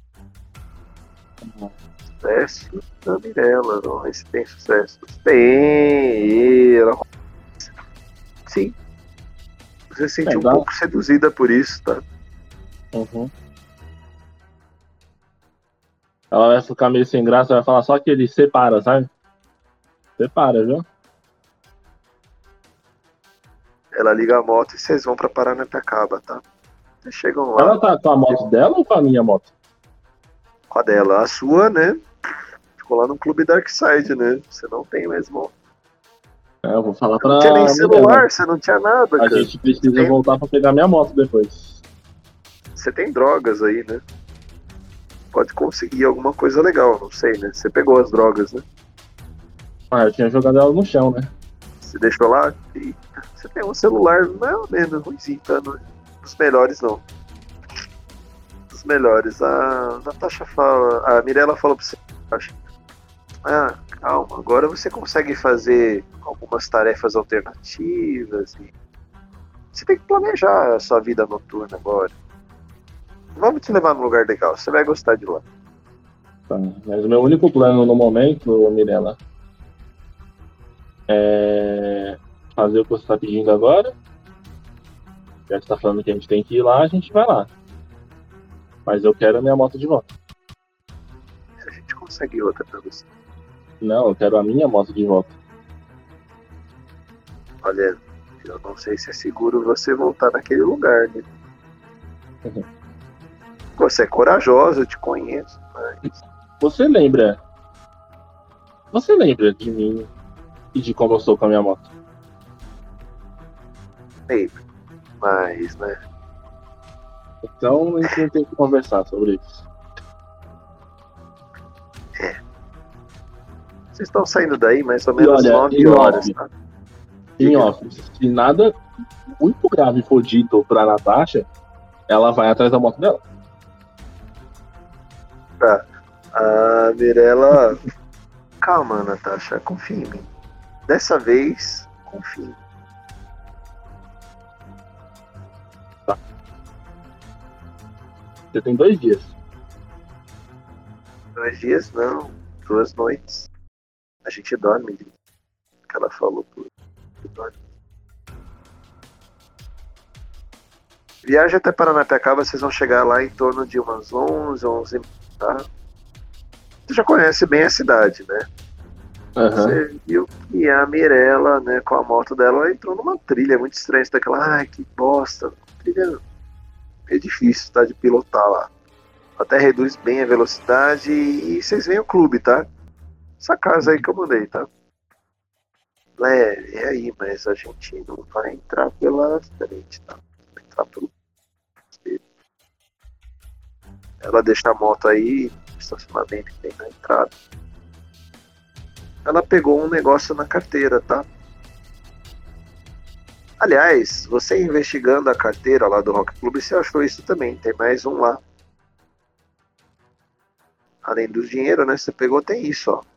Sucesso da Mirella. Vamos ver se tem sucesso. Tem! Sim. Você se sente um pouco seduzida por isso, tá? Uhum. Ela vai ficar meio sem graça, vai falar só que ele separa, sabe? Separa, viu? Ela liga a moto e vocês vão pra Paranapiacaba, tá? Vocês chegam lá. Ela tá com a moto dela ou com a minha moto? Com a dela. A sua, né? Ficou lá no Clube Darkside, né? Você não tem mesmo. Eu vou falar pra... Não tinha nem celular, você não tinha nada, cara. A gente precisa voltar pra pegar minha moto depois. Você tem drogas aí, né? Pode conseguir alguma coisa legal, não sei, né? Você pegou as drogas, né? Eu tinha jogado ela no chão, né? Você deixou lá e você tem um celular mais ou menos ruimzinho, tá? Os melhores não. Os melhores. A Natasha fala. A Mirella falou pra você, acho. Calma, agora você consegue fazer algumas tarefas alternativas. E você tem que planejar a sua vida noturna agora. Vamos te levar num lugar legal, você vai gostar de lá. Tá, mas o meu único plano no momento, Mirella, é fazer o que você está pedindo agora. Já que você tá falando que a gente tem que ir lá, a gente vai lá. Mas eu quero a minha moto de volta. A gente consegue outra pra você. Não, eu quero a minha moto de volta. Olha, eu não sei se é seguro você voltar naquele lugar, né? Você é corajoso, eu te conheço, mas... Você lembra de mim e de como eu sou com a minha moto? Lembro. Mas, né? Então a gente tem que conversar sobre isso. Vocês estão saindo daí mais ou E menos olha, 9 horas, tá? Em off, se nada muito grave for dito pra Natasha, ela vai atrás da moto dela. Tá. A Mirella... Calma, Natasha, confia em mim. Dessa vez, confia em mim. Você tem 2 dias. 2 dias não, 2 noites. A gente dorme, que ela falou tudo. Dorme. Viagem até Paranapiacaba, vocês vão chegar lá em torno de umas 11, tá? Você já conhece bem a cidade, né? Você viu que a Mirella, né, com a moto dela, ela entrou numa trilha muito estranha, daquela, ai, que bosta, trilha é difícil, tá, de pilotar lá. Até reduz bem a velocidade e vocês veem o clube, tá? Essa casa aí que eu mandei, tá? É aí, mas a gente não vai entrar pela frente, tá? Vai entrar pelo... Ela deixa a moto aí, no estacionamento que tem na entrada. Ela pegou um negócio na carteira, tá? Aliás, você investigando a carteira lá do Rock Club, você achou isso também. Tem mais um lá. Além do dinheiro, né? Você pegou, tem isso, ó.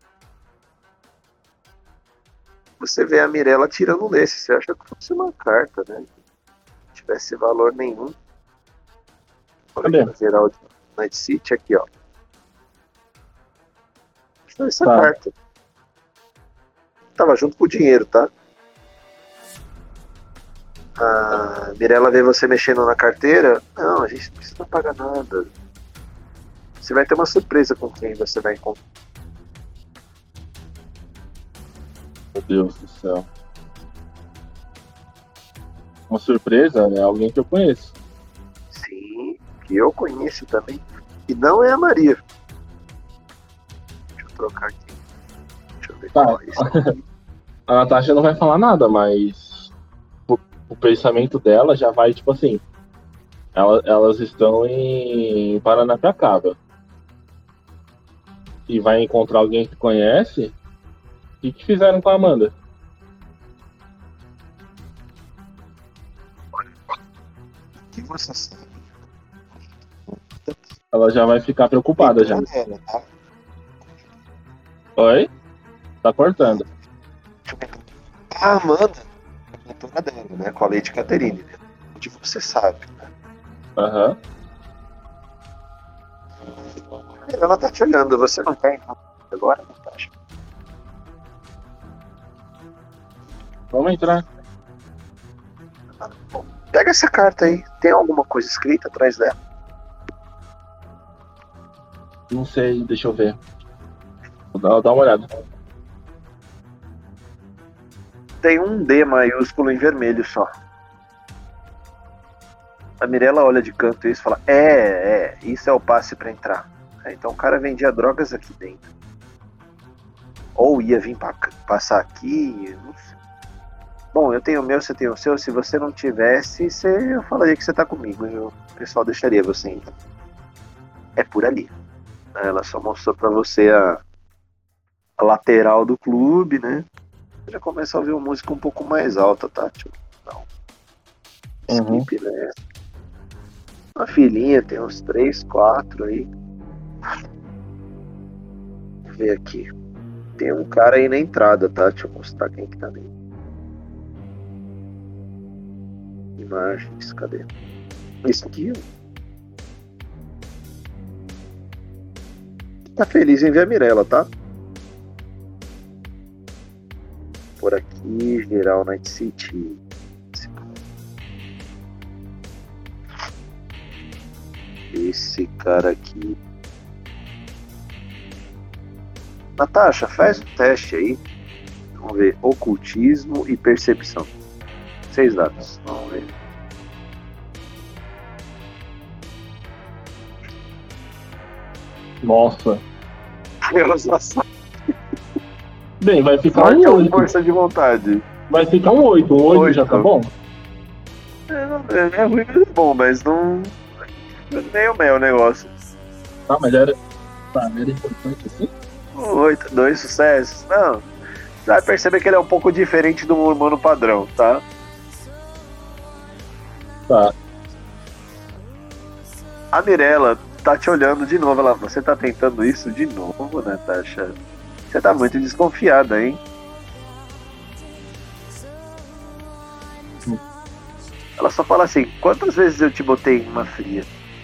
Você vê a Mirella tirando um desse. Você acha que fosse uma carta, né? Não tivesse valor nenhum. Olha, geral de Night City aqui, ó. Essa carta. Tava junto com o dinheiro, tá? A Mirella vê você mexendo na carteira. Não, a gente não precisa pagar nada. Você vai ter uma surpresa com quem você vai encontrar. Meu Deus do céu. Uma surpresa é alguém que eu conheço. Sim, que eu conheço também. E não é a Maria. Deixa eu trocar aqui. Deixa eu ver qual é isso aqui. A Natasha não vai falar nada, mas o pensamento dela já vai, tipo assim, elas estão em Paranapiacaba e vai encontrar alguém que conhece. O que fizeram com a Amanda? O que você sabe? Ela já vai ficar preocupada já. Dela, tá? Oi? Tá cortando. A Amanda é a dela, né? Com a Lady Caterine. Né? Onde você sabe, né? Aham. Ela tá te olhando, você não quer entrar agora, Natasha? Vamos entrar. Bom, pega essa carta aí. Tem alguma coisa escrita atrás dela? Não sei, deixa eu ver. Vou dar uma olhada. Tem um D maiúsculo em vermelho só. A Mirella olha de canto isso e fala: isso é o passe pra entrar. Então o cara vendia drogas aqui dentro. Ou ia vir passar aqui, não sei. Bom, eu tenho o meu, você tem o seu. Se você não tivesse, eu falaria que você tá comigo. O pessoal deixaria você entrar. É por ali. Ela só mostrou pra você a lateral do clube, né? Você já começa a ouvir uma música um pouco mais alta, tá? Não. Skip, né? Uma filhinha, tem uns 3, 4 aí. Vou ver aqui. Tem um cara aí na entrada, tá? Deixa eu mostrar quem que tá ali. Imagens, cadê? Skill. Tá feliz em ver a Mirella, tá? Por aqui, geral Night City. Esse cara aqui. Natasha, faz um teste aí. Vamos ver. Ocultismo e percepção. 6 dados. Vamos ver. Nossa. Nossa. Bem, vai ficar Sorte um ou 8. força de vontade? Vai ficar um 8. Um 8 já tá bom? É ruim, mas é bom, mas não. Nem o meu negócio. Tá, mas era. Tá, era importante assim? 8, 2 sucessos. Não. Você vai perceber que ele é um pouco diferente do humano padrão, tá? Tá. A Mirella tá te olhando de novo. Ela, você tá tentando isso de novo, Natasha? Você tá muito desconfiada, hein? Ela só fala assim: quantas vezes eu te botei em uma fria?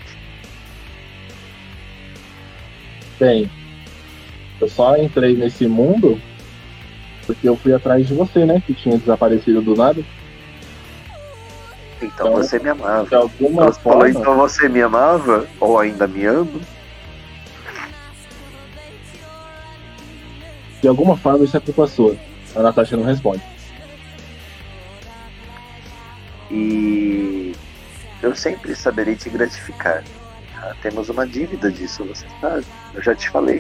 Bem, eu só entrei nesse mundo porque eu fui atrás de você, né? Que tinha desaparecido do nada. Então você me amava. De alguma Você falou, forma. então você me amava? Ou ainda me ama? De alguma forma isso é culpa sua. A Natasha não responde. E eu sempre saberei te gratificar. Ah, temos uma dívida disso, você sabe. Eu já te falei.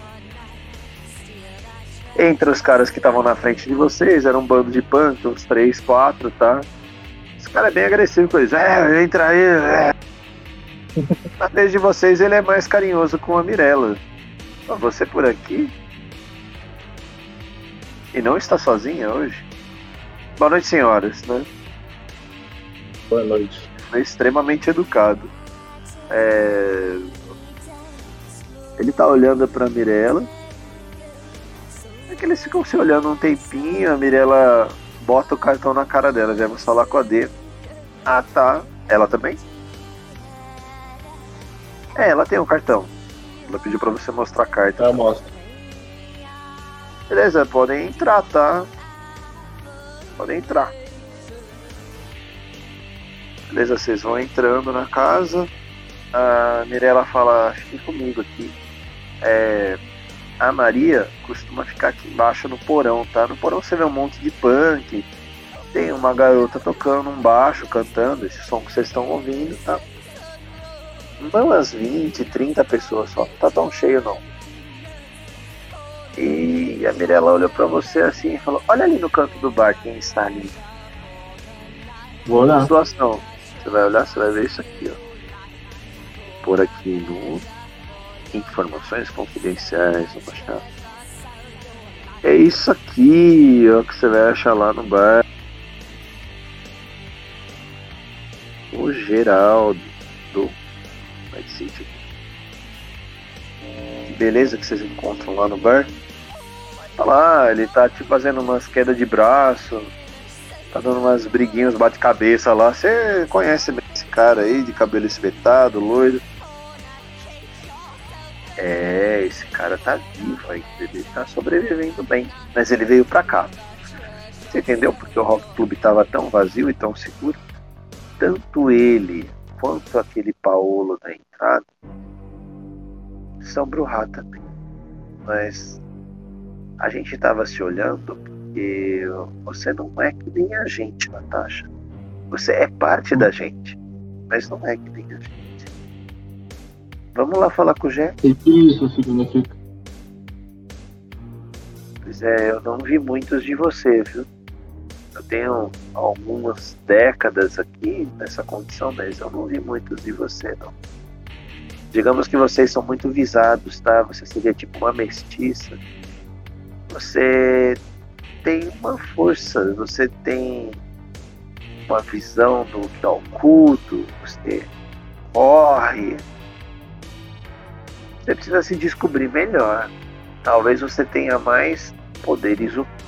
Entre os caras que estavam na frente de vocês, era um bando de punk, uns 3, 4, tá? Esse cara é bem agressivo com eles. Entra aí. Na vez de vocês, ele é mais carinhoso com a Mirella. Ó, você por aqui? E não está sozinha hoje? Boa noite, senhoras, né? Boa noite. É extremamente educado. Ele tá olhando pra Mirella. É que eles ficam se olhando um tempinho. A Mirella bota o cartão na cara dela. Viemos falar com a D. Ah, tá. Ela também? Ela tem um cartão. Ela pediu pra você mostrar a carta. Eu mostro. Beleza, podem entrar, tá? Podem entrar. Beleza, vocês vão entrando na casa. A Mirella fala: fique comigo aqui. A Maria costuma ficar aqui embaixo no porão, tá? No porão você vê um monte de punk. Tem uma garota tocando um baixo, cantando esse som que vocês estão ouvindo, tá? Umas 20, 30 pessoas só. Não tá tão cheio, não. E a Mirella olhou pra você assim e falou: olha ali no canto do bar quem está ali. Vou olhar. Situação. Você vai olhar, você vai ver isso aqui, ó. Por aqui no informações confidenciais, vou baixar. É isso aqui, ó, que você vai achar lá no bar. O Geraldo do Night City. Que beleza que vocês encontram lá no bar. Tá lá, ele tá tipo fazendo umas quedas de braço. Tá dando umas briguinhas, bate-cabeça lá. Você conhece bem esse cara aí, de cabelo espetado, loiro. Esse cara tá vivo aí, ele tá sobrevivendo bem. Mas ele veio pra cá. Você entendeu porque o Rock Club tava tão vazio e tão seguro? Tanto ele quanto aquele Paolo da entrada são Bruhá também. Mas a gente tava se olhando porque você não é que nem a gente, Natasha. Você é parte da gente, mas não é que nem a gente. Vamos lá falar com o Gé? O que isso significa? Pois é, eu não vi muitos de você, viu? Eu tenho algumas décadas aqui nessa condição, mas eu não vi muitos de você, não. Digamos que vocês são muito visados, tá? Você seria tipo uma mestiça. Você tem uma força, você tem uma visão do que é oculto, você corre. Você precisa se descobrir melhor. Talvez você tenha mais poderes ocultos.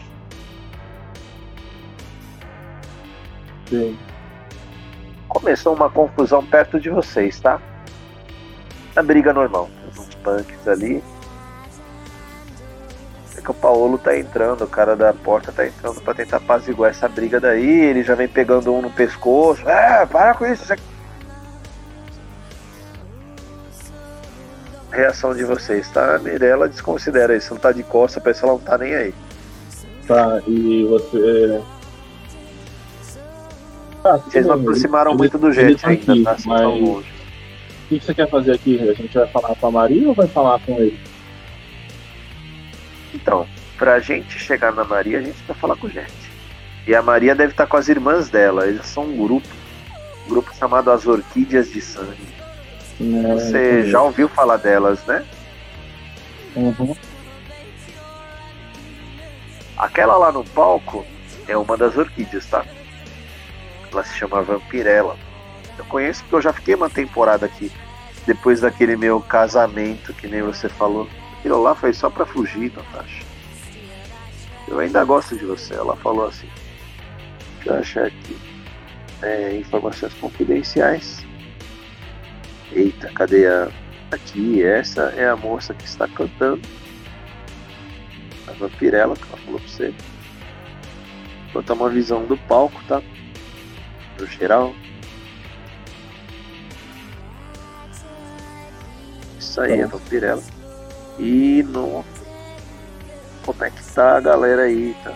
Sim. Começou uma confusão perto de vocês, tá? A briga normal. Tem uns punks ali. É que o Paolo tá entrando, o cara da porta tá entrando pra tentar apaziguar essa briga daí. Ele já vem pegando um no pescoço. Para com isso. Reação de vocês, tá? A Mirella desconsidera isso, não tá de costa, parece que ela não tá nem aí. Tá, e você... Vocês não aproximaram muito do jeito ainda, aqui, tá? Vocês mas... estão longe. O que você quer fazer aqui? A gente vai falar com a Maria ou vai falar com ele? Então, pra gente chegar na Maria, a gente vai falar com o Jet. E a Maria deve estar com as irmãs dela, eles são um grupo chamado As Orquídeas de Sangue. Você já ouviu falar delas, né? Uhum. Aquela lá no palco é uma das orquídeas, tá? Ela se chama Vampirella. Eu conheço porque eu já fiquei uma temporada aqui. Depois daquele meu casamento, que nem você falou. Aquilo lá foi só pra fugir, Natasha. Eu ainda gosto de você. Ela falou assim. Deixa eu achar aqui. Informações confidenciais. Eita, cadê a... Aqui, essa é a moça que está cantando. A Vampirella, que ela falou pra você. Vou botar uma visão do palco, tá? No geral. Isso aí, a Vampirella. E no... Como é que tá a galera aí, tá?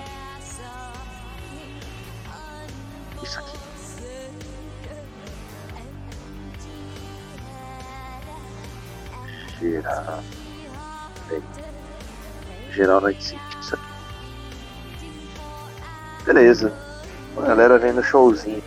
Isso aqui. Geral. Bem. Geral Night City. Isso aqui. Beleza. A galera vem no showzinho.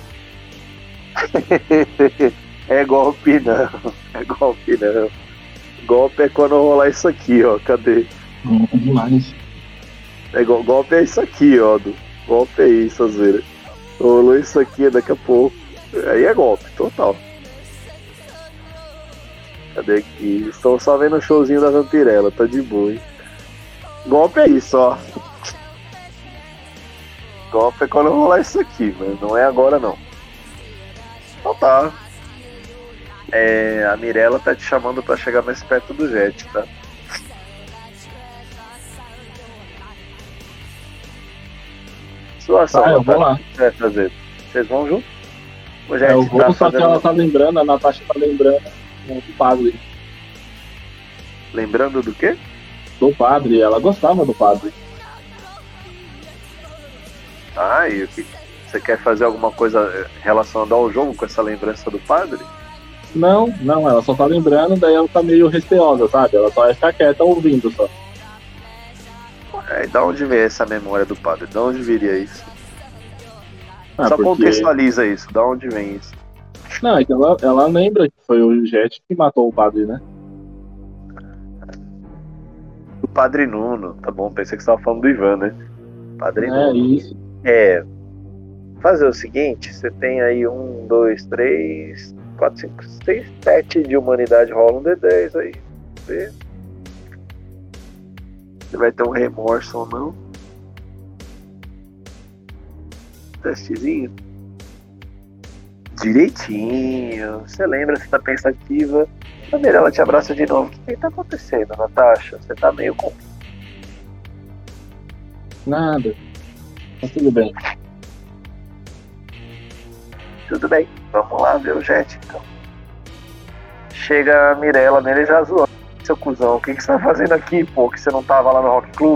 É golpe não. É golpe não. Golpe é quando rolar isso aqui, ó. Cadê? Demais. Golpe é isso aqui, ó. Golpe é isso, às vezes. Rolou isso aqui daqui a pouco. Aí é golpe, total. Cadê aqui? Estão só vendo o showzinho da Vampirella, tá de boa, hein? Golpe é isso, ó. Golpe é quando rolar isso aqui, mas não é agora não. Então tá. A Mirella tá te chamando pra chegar mais perto do Jet, tá? Situação, eu vou lá. O que vai fazer? Vocês vão junto? O Jet Eu vou, tá só que ela tá lembrando, a Natasha tá lembrando do padre. Lembrando do quê? Do padre, ela gostava do padre. Ah, e o que? Você quer fazer alguma coisa relacionada ao jogo com essa lembrança do padre? Não, ela só tá lembrando, daí ela tá meio receosa, sabe? Ela só vai ficar quieta ouvindo só. E da onde vem essa memória do padre? Da onde viria isso? Só porque... contextualiza isso, da onde vem isso? Não, é que ela lembra que foi o Jet que matou o padre, né? O Padre Nuno, tá bom, pensei que você tava falando do Ivan, né? Padre Nuno. Isso. Fazer o seguinte, você tem aí 1, 2, 3, 4, 5, 6, 7 de humanidade, rola um D10 aí. Vê. Você vai ter um remorso ou não. Testezinho. Direitinho. Você lembra, você tá pensativa. A Mirella te abraça de novo. O que tá acontecendo, Natasha? Você tá meio com... Nada. Tá tudo bem. Tudo bem, vamos lá ver o Jet então. Chega a Mirella nele já zoando. Seu cuzão, o que você tá fazendo aqui, pô? Que você não tava lá no Rock Club?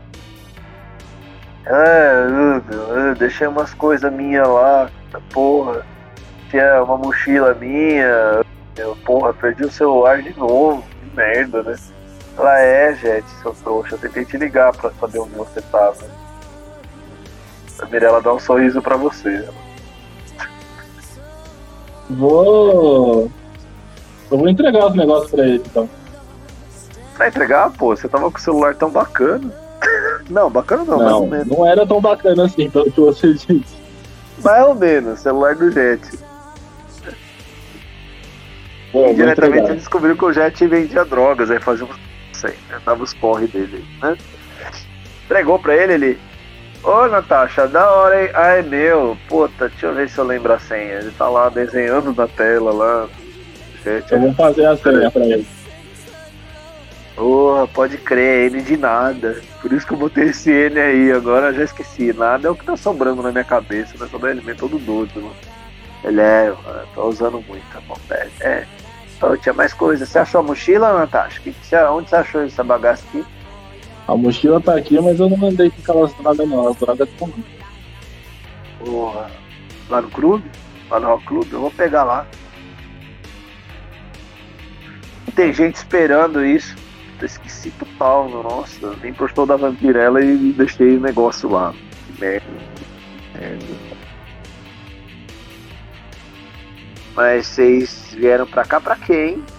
Deixei umas coisas minhas lá, porra. Tinha uma mochila minha. Porra, perdi o celular de novo. Que merda, né? Ela Jet, seu trouxa. Eu tentei te ligar pra saber onde você tava. A Mirella dá um sorriso pra você. Eu vou entregar os negócios pra ele, então. Vai entregar, pô? Você tava com o celular tão bacana. Não, bacana não, mais ou menos. Não era tão bacana assim, pelo que você disse. Mais ou menos, celular do Jet. Pô, Diretamente ele descobriu que o Jet vendia drogas, aí fazia uns. Aí, dava os corre dele, né? Entregou pra ele. Ô Natasha, da hora, hein? Ah, é meu. Puta, deixa eu ver se eu lembro a senha. Ele tá lá desenhando na tela lá. Jet, eu vou fazer a senha pra ele. Porra, pode crer, N de nada. Por isso que eu botei esse N aí, agora eu já esqueci. Nada é o que tá sobrando na minha cabeça, né? Só ele todo doido, mano. Ele mano, tô usando muito, acontece. Então, tinha mais coisas. Você achou a mochila, Natasha? Onde você achou essa bagaça aqui? A mochila tá aqui, mas eu não mandei com aquelas drogas não, as drogas estão. Porra. Lá no clube? Lá no Rock Clube? Eu vou pegar lá. Tem gente esperando isso. Eu esqueci total, nossa. Nem postou da Vampirella e deixei o negócio lá. Que merda. Mas vocês vieram pra cá pra quê, hein?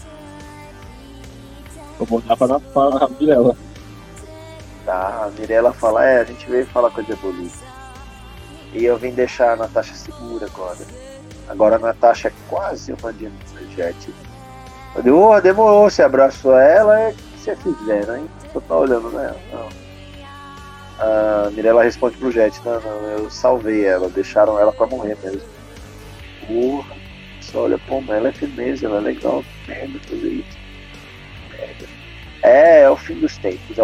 Eu vou dar pra Mirella. Tá, a Mirella fala, a gente veio falar com a Diabolik. E eu vim deixar a Natasha segura agora. Agora a Natasha é quase uma de Jet. Eu digo, demorou, você abraçou ela, o que você fizeram, hein? Só tá olhando, né? Não. A Mirella responde pro Jet, não, eu salvei ela, deixaram ela pra morrer mesmo. Porra, só olha, pô, ela é firmeza, ela é legal, merda, fazer isso. Merda. É o fim dos tempos,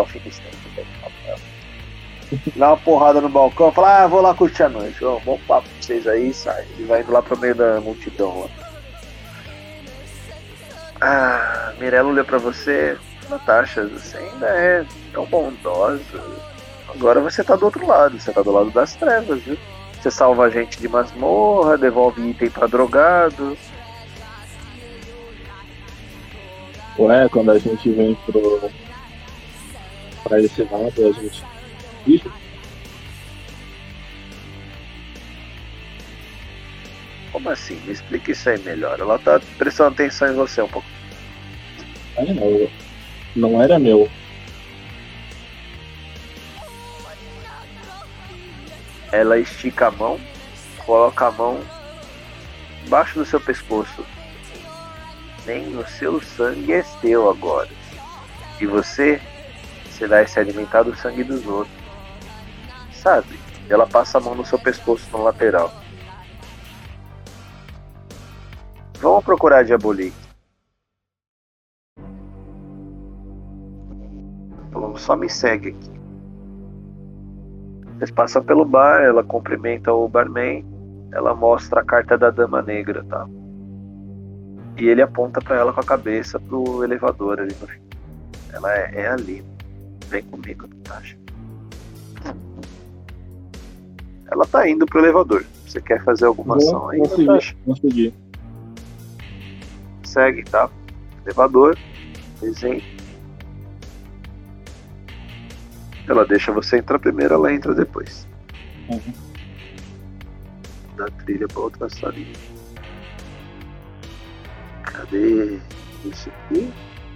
Dá uma porrada no balcão, fala, vou lá curtir a noite, bom papo pra vocês aí, sai. Ele vai indo lá pro meio da multidão lá. Mirella olhou pra você, Natasha, você ainda é tão bondosa. Agora você tá do outro lado, você tá do lado das trevas, viu? Você salva a gente de masmorra, devolve item pra drogado. Ué, quando a gente vem pra esse lado, a gente. Ixi. Como assim? Me explica isso aí melhor. Ela tá prestando atenção em você um pouco. Não era meu. Ela estica a mão, coloca a mão embaixo do seu pescoço. Nem o seu sangue é seu agora. E você vai se alimentar do sangue dos outros. Sabe? Ela passa a mão no seu pescoço, no lateral. Vamos procurar a Diabolik. Só me segue aqui. Vocês passam pelo bar, ela cumprimenta o barman, ela mostra a carta da Dama Negra, tá? E ele aponta pra ela com a cabeça pro elevador ali no fim. Ela é ali. Vem comigo, Natasha. Ela tá indo pro elevador. Você quer fazer alguma ação aí, Natasha? Vou seguir. Segue, tá? Elevador. Desenho. Ela deixa você entrar primeiro, ela entra depois. Uhum. Dá trilha pra outra salinha. Cadê isso aqui?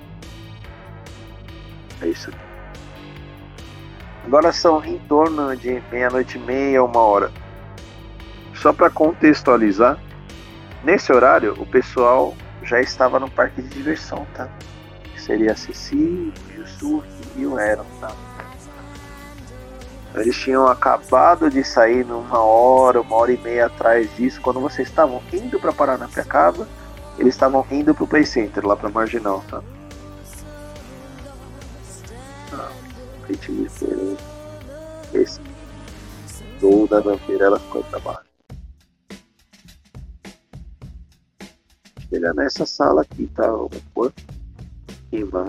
É isso aqui. Agora são em torno de 00:30, 1h. Só para contextualizar, nesse horário o pessoal já estava no parque de diversão, tá? Que seria a Ceci, o Yusuke e o Aaron, tá? Eles tinham acabado de sair 1h, 1h30 atrás disso, quando vocês estavam indo para Paranapiacaba, eles estavam indo pro Play Center, lá pra Marginal, tá? Ritmo diferente. Esse gol da Vampirella ficou pra baixo. Chega nessa sala aqui, tá? O corpo. Quem vai?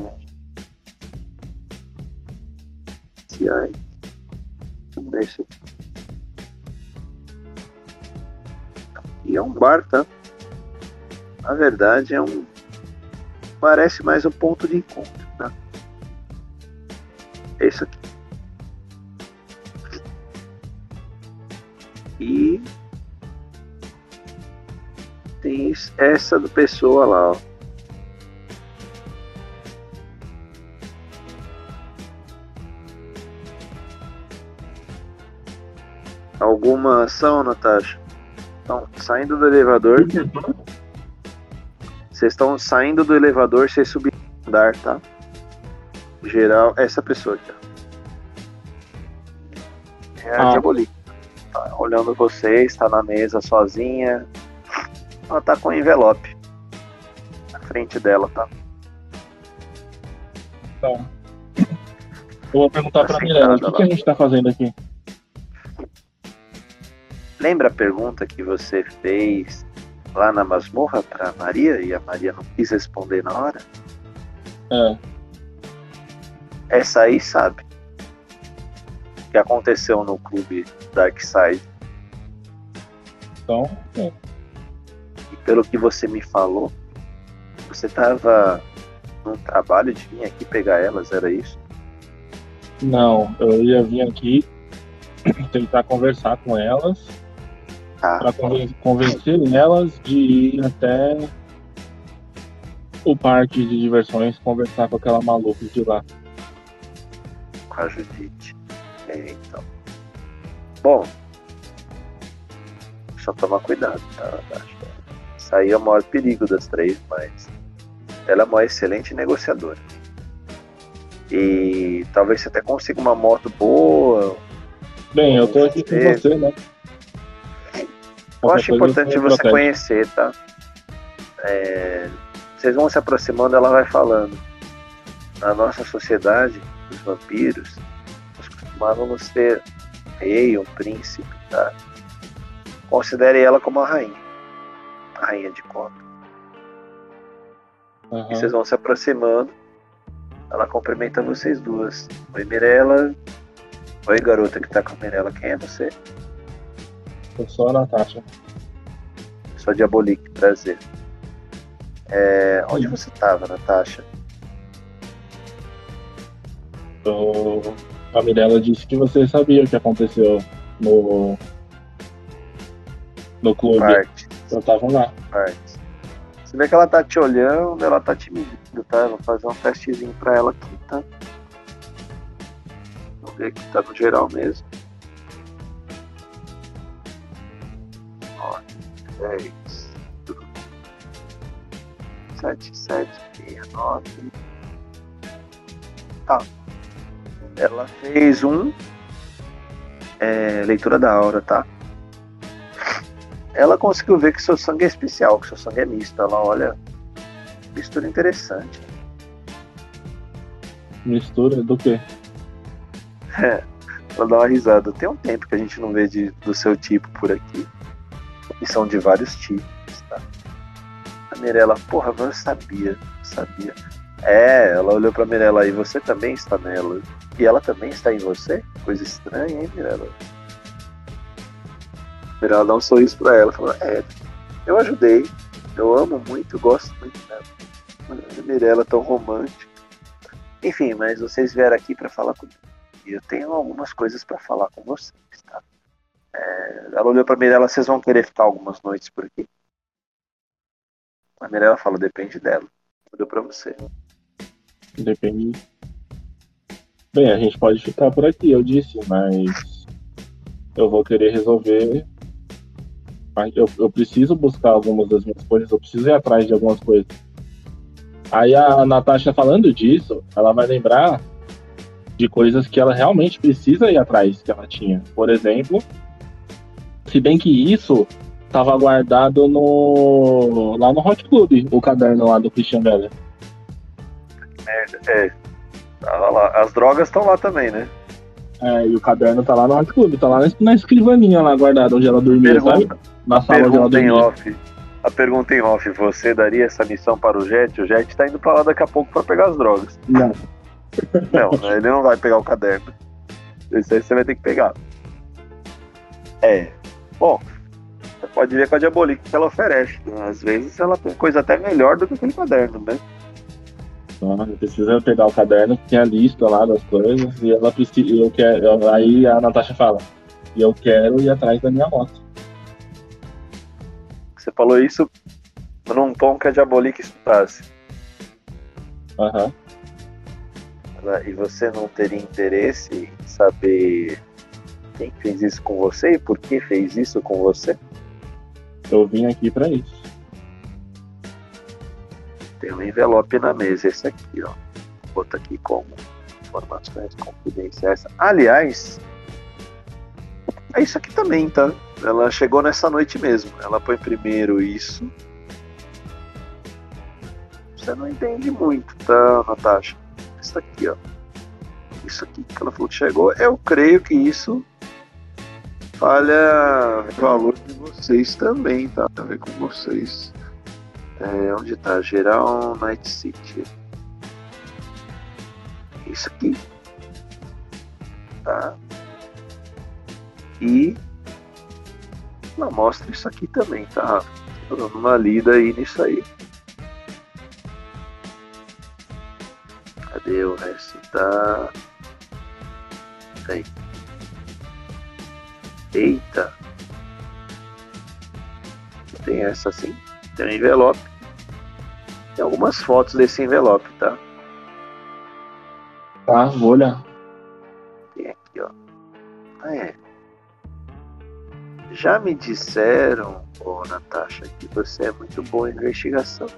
Se aí. Deixa. E é um bar, tá? Na verdade é um. Parece mais um ponto de encontro, tá? É isso aqui. E tem essa do pessoa lá, ó. alguma ação, Natasha? Então, saindo do elevador. Vocês estão saindo do elevador, vocês subindo no andar, tá? Geral, essa pessoa aqui, ó. É a Diabolik. Tá olhando vocês, tá na mesa sozinha. Ela tá com um envelope na frente dela, tá? Tá. Eu vou perguntar pra Mirella, o que a gente tá fazendo aqui? Lembra a pergunta que você fez lá na masmorra pra Maria e a Maria não quis responder na hora? É. Essa aí sabe. O que aconteceu no clube Darkside. Então, é. E pelo que você me falou, você tava num trabalho de vir aqui pegar elas, era isso? Não, eu ia vir aqui tentar conversar com elas para convencer elas de ir até o parque de diversões conversar com aquela maluca de lá. Com a Judite. Então. Bom, só toma cuidado, tá? Isso aí é o maior perigo das três, mas ela é uma excelente negociadora. E talvez você até consiga uma moto boa. Bem, eu tô aqui com você, né? Eu acho importante você conhecer, tá? Vocês vão se aproximando, ela vai falando. Na nossa sociedade, os vampiros, nós costumávamos ter rei, um príncipe, tá? Considere ela como a rainha de copa. Uhum. E vocês vão se aproximando, ela cumprimenta vocês duas. Oi, Mirella. Oi, garota que tá com a Mirella, quem é você? Eu sou a Natasha. Sou a Diabolik, prazer. Onde você tava, Natasha? A Mirella disse que você sabia o que aconteceu no clube. Eu tava lá. Você vê que ela tá te olhando, ela tá te medindo, tá? Eu vou fazer um testezinho pra ela aqui, tá? Vamos ver aqui, tá no geral mesmo. 10 7, 7, 6, 9. Tá. Ela fez leitura da aura, tá? Ela conseguiu ver que seu sangue é especial, que seu sangue é misto. Ela olha, mistura interessante. Mistura do quê? Ela dá uma risada. Tem um tempo que a gente não vê do seu tipo por aqui. E são de vários tipos, tá? A Mirella, porra, eu sabia. Ela olhou pra Mirella e você também está nela. E ela também está em você? Coisa estranha, hein, Mirella? Mirella dá um sorriso pra ela, falou, eu ajudei, eu amo muito, gosto muito dela. Mirella tão romântica. Enfim, mas vocês vieram aqui pra falar comigo. E eu tenho algumas coisas pra falar com vocês, tá? Ela olhou pra Mirella, vocês vão querer ficar algumas noites por aqui? A Mirella falou, depende dela. Olhou pra você. Depende. Bem, a gente pode ficar por aqui, eu disse, mas eu vou querer resolver. Eu preciso buscar algumas das minhas coisas, eu preciso ir atrás de algumas coisas. Aí a Natasha falando disso, ela vai lembrar de coisas que ela realmente precisa ir atrás, que ela tinha. Por exemplo, se bem que isso estava guardado lá no Hot Club, o caderno lá do Christian Bella. Tava lá. As drogas estão lá também, né? E o caderno tá lá no Hot Club, tá lá na escrivaninha lá guardada, onde ela dormia, sabe? Na sala onde ela dormia. A pergunta em off, você daria essa missão para o Jet? O Jet tá indo pra lá daqui a pouco pra pegar as drogas. Não. Não, ele não vai pegar o caderno. Isso aí você vai ter que pegar. Bom, você pode ver com a Diabolik que ela oferece. Às vezes ela tem coisa até melhor do que aquele caderno, né? Eu preciso pegar o caderno que tem a lista lá das coisas e ela precisa. Aí a Natasha fala, e eu quero ir atrás da minha moto. Você falou isso num tom que a Diabolik escutasse. E você não teria interesse em saber Quem fez isso com você e por que fez isso com você? Eu vim aqui pra isso. Tem um envelope na mesa, esse aqui, ó. Vou botar aqui como informações confidenciais. Aliás, é isso aqui também, tá? Ela chegou nessa noite mesmo. Ela põe primeiro isso. Você não entende muito, tá, Natasha? Isso aqui, ó. Isso aqui que ela falou que chegou. Eu creio que isso falha o valor de vocês também, tá? Tem a ver com vocês. Onde tá? Geral Night City. Isso aqui. Tá? E ela mostra isso aqui também, tá? Tô dando uma lida aí nisso aí. Cadê o resto? Tá. Aí. Eita. Tem essa assim. Tem um envelope. Tem algumas fotos desse envelope, tá? Tá, vou olhar. Tem aqui, ó. Já me disseram, Natasha, que você é muito boa em investigação.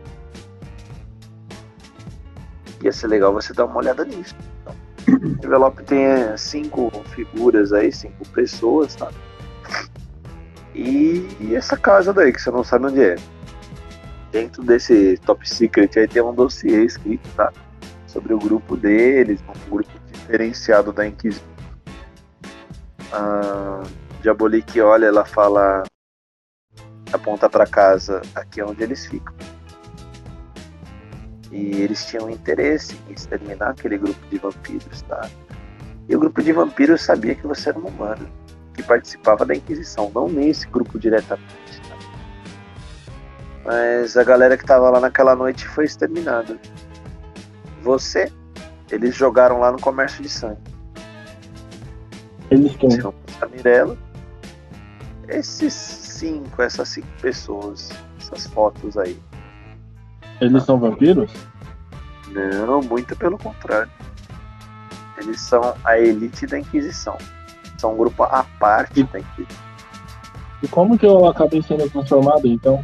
Ia ser legal você dar uma olhada nisso. O envelope tem 5 figuras aí, 5 pessoas, tá? E essa casa daí, que você não sabe onde é. Dentro desse top secret aí tem um dossiê escrito, tá? Sobre o grupo deles, um grupo diferenciado da Inquisição. A Diabolique olha, ela fala, aponta pra casa, aqui é onde eles ficam. E eles tinham interesse em exterminar aquele grupo de vampiros, tá? E o grupo de vampiros sabia que você era um humano, que participava da Inquisição, não nesse grupo diretamente, tá? Mas a galera que tava lá naquela noite foi exterminada. Você, eles jogaram lá no comércio de sangue. Eles quem? A Mirella. Essas 5 pessoas, essas fotos aí. Eles são vampiros? Não, muito pelo contrário. Eles são a elite da Inquisição. São um grupo à parte da Inquisição. E como que eu acabei sendo transformado, então?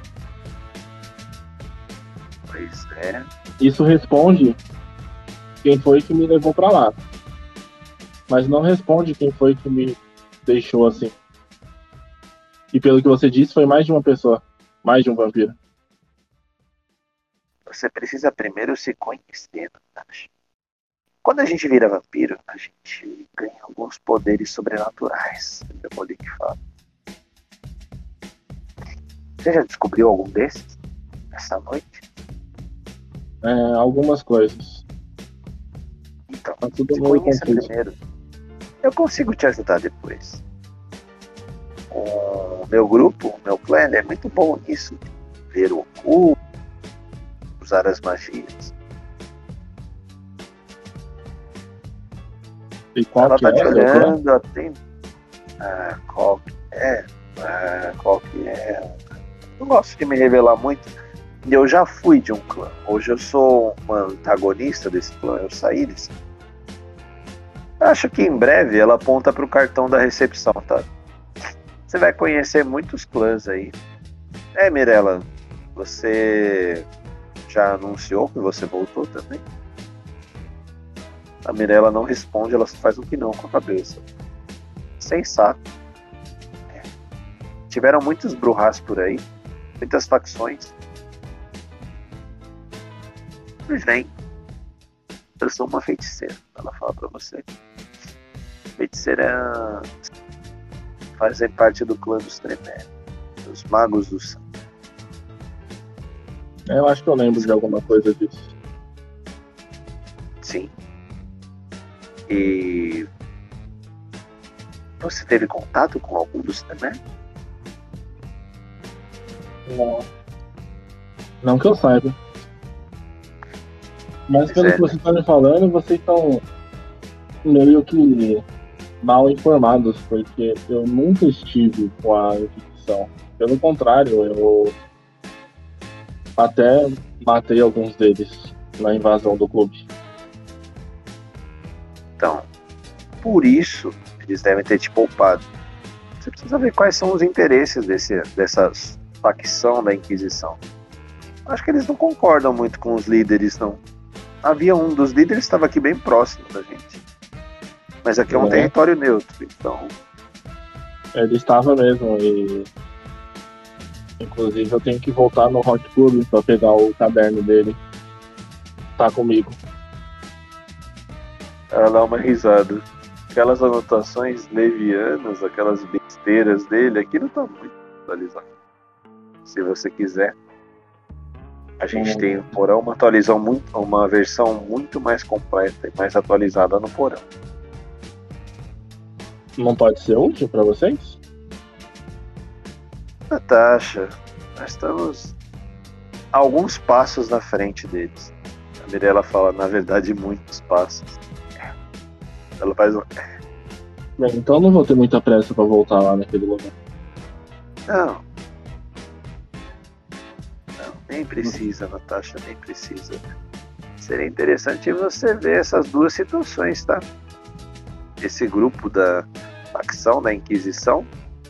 Pois é. Isso responde quem foi que me levou pra lá. Mas não responde quem foi que me deixou assim. E pelo que você disse, foi mais de uma pessoa. Mais de um vampiro. Você precisa primeiro se conhecer, Natasha. Quando a gente vira vampiro, a gente ganha alguns poderes sobrenaturais. Eu vou que fala. Você já descobriu algum desses essa noite? Algumas coisas. Então, Tá tudo se meio conheça confuso. primeiro. Eu consigo te ajudar depois. O meu grupo, o meu clã, é muito bom nisso. Ver o oculto, usar as magias. E qual Ela que tá te é? Seu clã? olhando, atento. Qual que é? Qual que é? Não gosto de me revelar muito. Eu já fui de um clã. Hoje eu sou uma antagonista desse clã. Eu saí desse. Acho que em breve ela aponta pro cartão da recepção, tá? Você vai conhecer muitos clãs aí. Mirella, você já anunciou que você voltou também? A Mirella não responde, ela só faz um que não com a cabeça. Sensato. Tiveram muitos Brujas por aí, muitas facções. Pois bem, eu sou uma feiticeira, ela fala pra você. Feiticeira fazem parte do clã dos Tremere, dos Magos do Sangue. Eu acho que eu lembro de alguma coisa disso. Sim. E você teve contato com algum dos Tremere? Não. Não que eu saiba. Mas pelo que você está me falando, vocês estão meio que mal informados, porque eu nunca estive com a Inquisição. Pelo contrário, eu até matei alguns deles na invasão do clube. Então, por isso Eles devem ter te poupado. Você precisa ver quais são os interesses dessa facção da Inquisição. Acho que eles não concordam muito com os líderes, não. Havia um dos líderes que estava aqui bem próximo da gente. Mas aqui é um território neutro, então... Ele estava mesmo, e... Inclusive eu tenho que voltar no Hot Club para pegar o caderno dele. Tá comigo. Ela dá uma risada. Aquelas anotações levianas, aquelas besteiras dele, aqui não tá muito atualizado. Se você quiser. A gente tem no porão uma versão muito mais completa e mais atualizada no porão. Não pode ser útil para vocês? Natasha, nós estamos alguns passos na frente deles. A Mirella fala, na verdade, muitos passos. Ela faz um... Bem, então não vou ter muita pressa para voltar lá naquele lugar. Não, nem precisa, Natasha, nem precisa. Seria interessante você ver essas duas situações, tá? Esse grupo da facção da Inquisição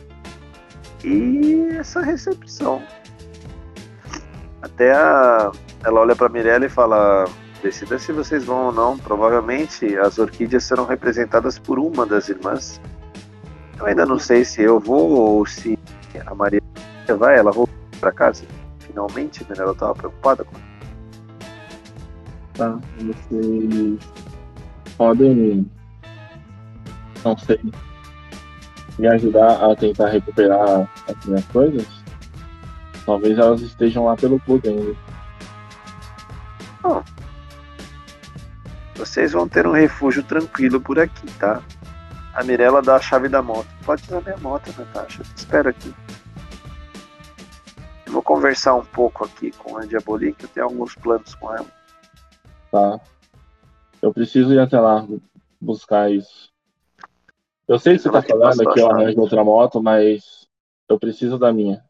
e essa recepção. Até ela olha para Mirella e fala: decida se vocês vão ou não. Provavelmente as orquídeas serão representadas por uma das irmãs. Eu ainda não sei se eu vou ou se a Maria vai. Ela voltou para casa. Finalmente, né? Ela estava preocupada com isso. Tá, vocês podem, não sei, me ajudar a tentar recuperar as minhas coisas? Talvez elas estejam lá pelo clube ainda. Bom, vocês vão ter um refúgio tranquilo por aqui, tá? A Mirella dá a chave da moto. Pode usar minha moto, Natasha. Espera aqui. Eu vou conversar um pouco aqui com a Diabolique. Eu tenho alguns planos com ela. Tá. Eu preciso ir até lá buscar isso. Eu sei que você tá falando que eu arranjo outra moto, mas eu preciso da minha.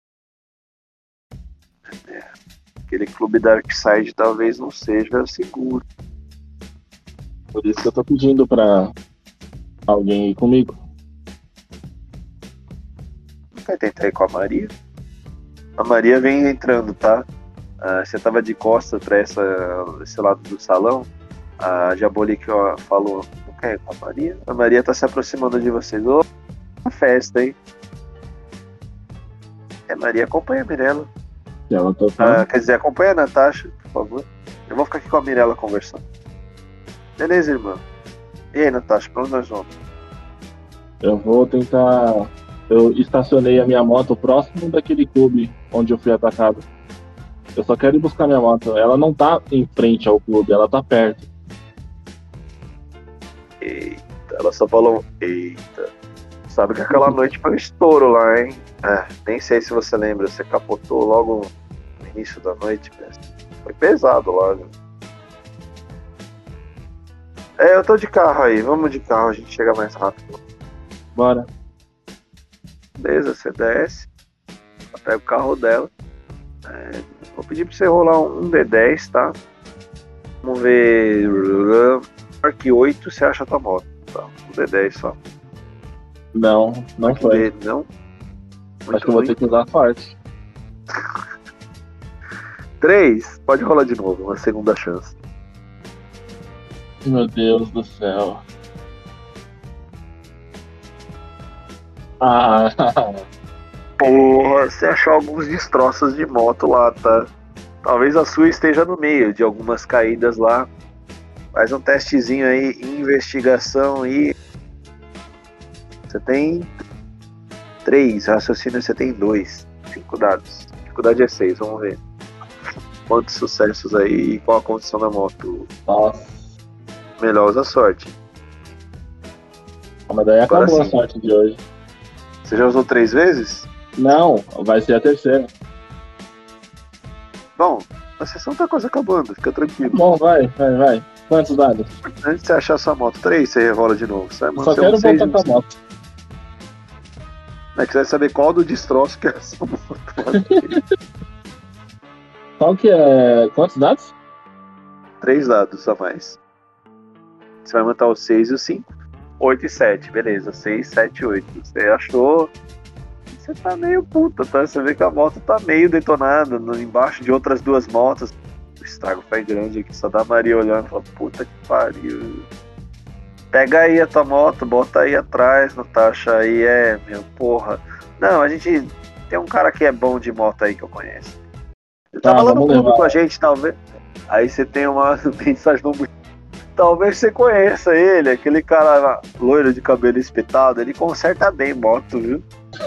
Aquele clube Darkside talvez não seja seguro. Por isso que eu tô pedindo pra alguém ir comigo. Vai tentar ir com a Maria? A Maria vem entrando, tá? Você tava de costas pra esse lado do salão. A Diabolique falou: não quer ir com a Maria? A Maria tá se aproximando de vocês. Ô, uma festa, hein? Maria, acompanha a Mirella. Ela tá Quer dizer, acompanha a Natasha, por favor. Eu vou ficar aqui com a Mirella conversando. Beleza, irmã? E aí, Natasha, pra onde nós vamos? Eu vou tentar. Eu estacionei a minha moto próximo daquele clube onde eu fui atacado. Eu só quero ir buscar minha moto. Ela não tá em frente ao clube, ela tá perto. Eita, ela só falou: eita. Sabe que aquela noite foi um estouro lá, hein? Nem sei se você lembra, você capotou logo no início da noite. Foi pesado lá, viu? Eu tô de carro aí, vamos de carro, a gente chega mais rápido. Bora. Beleza, você desce, pega o carro dela. Vou pedir pra você rolar um D10, tá? Vamos ver. Marque 8, você acha a tua moto. Tá? Um D10 só. Não foi. Não? Acho que eu vou ter que usar sorte. 3, pode rolar de novo, uma segunda chance. Meu Deus do céu. Porra, você achou alguns destroços de moto lá, tá? Talvez a sua esteja no meio de algumas caídas lá. Faz um testezinho aí, investigação e... Você tem 3, raciocínio você tem 2. 5 dados. Dificuldade é 6, vamos ver. Quantos sucessos aí e qual a condição da moto? Nossa. Melhor usa sorte. Mas daí Agora acabou sim. A sorte de hoje. Você já usou 3 vezes? Não, vai ser a terceira. Bom, a sessão tá quase acabando, fica tranquilo. Bom, vai. Quantos dados? Antes de você achar sua moto 3, você rerola de novo. Você vai Só quero voltar com a moto. Você vai saber qual do destroço que é essa moto. Qual que é... Quantos dados? 3 dados a mais. Você vai matar o 6 e o 5. 8 e 7, beleza. 6, 7, 8. Você achou. Você tá meio puta, tá? Você vê que a moto tá meio detonada embaixo de outras duas motos. O estrago foi grande aqui, só dá a Maria olhando e fala, puta que pariu. Pega aí a tua moto, bota aí atrás, Natasha. Aí meu, porra. Não, a gente tem um cara que é bom de moto aí que eu conheço. Ele tava lá no clube com a gente, talvez. Aí você tem uma mensagem no. Talvez você conheça ele, aquele cara loiro de cabelo espetado, ele conserta bem moto, viu?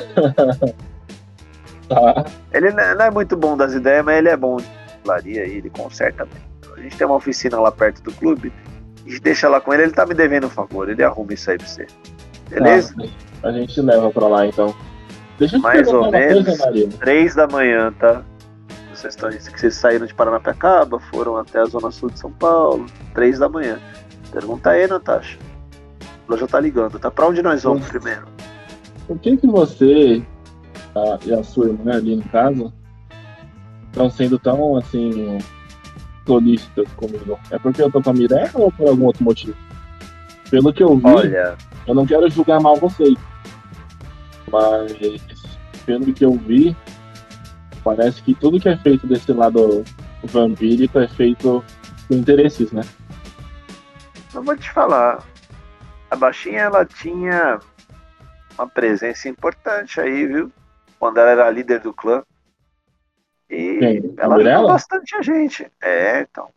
Tá. Ele não é muito bom das ideias, mas ele é bom de laria e ele conserta bem. A gente tem uma oficina lá perto do clube, a gente deixa lá com ele tá me devendo um favor, ele arruma isso aí pra você. Beleza? A gente leva pra lá então. Deixa eu te Mais ou menos coisa, Maria. 3 da manhã, tá? Vocês saíram de Paranapiacaba, foram até a zona sul de São Paulo, 3 da manhã. Pergunta aí, Natasha. Ela já tá ligando, tá? Pra onde nós vamos primeiro? Por que você e a sua irmã ali em casa estão sendo tão, assim, solícitas comigo? É porque eu tô com a Mirella ou por algum outro motivo? Pelo que eu vi, Olha, eu não quero julgar mal vocês, mas pelo que eu vi, parece que tudo que é feito desse lado vampírico é feito com interesses, né? eu vou te falar. A baixinha, ela tinha uma presença importante aí, viu? Quando ela era líder do clã. E Quem? ela A ajudou Mirella? bastante a gente. Então.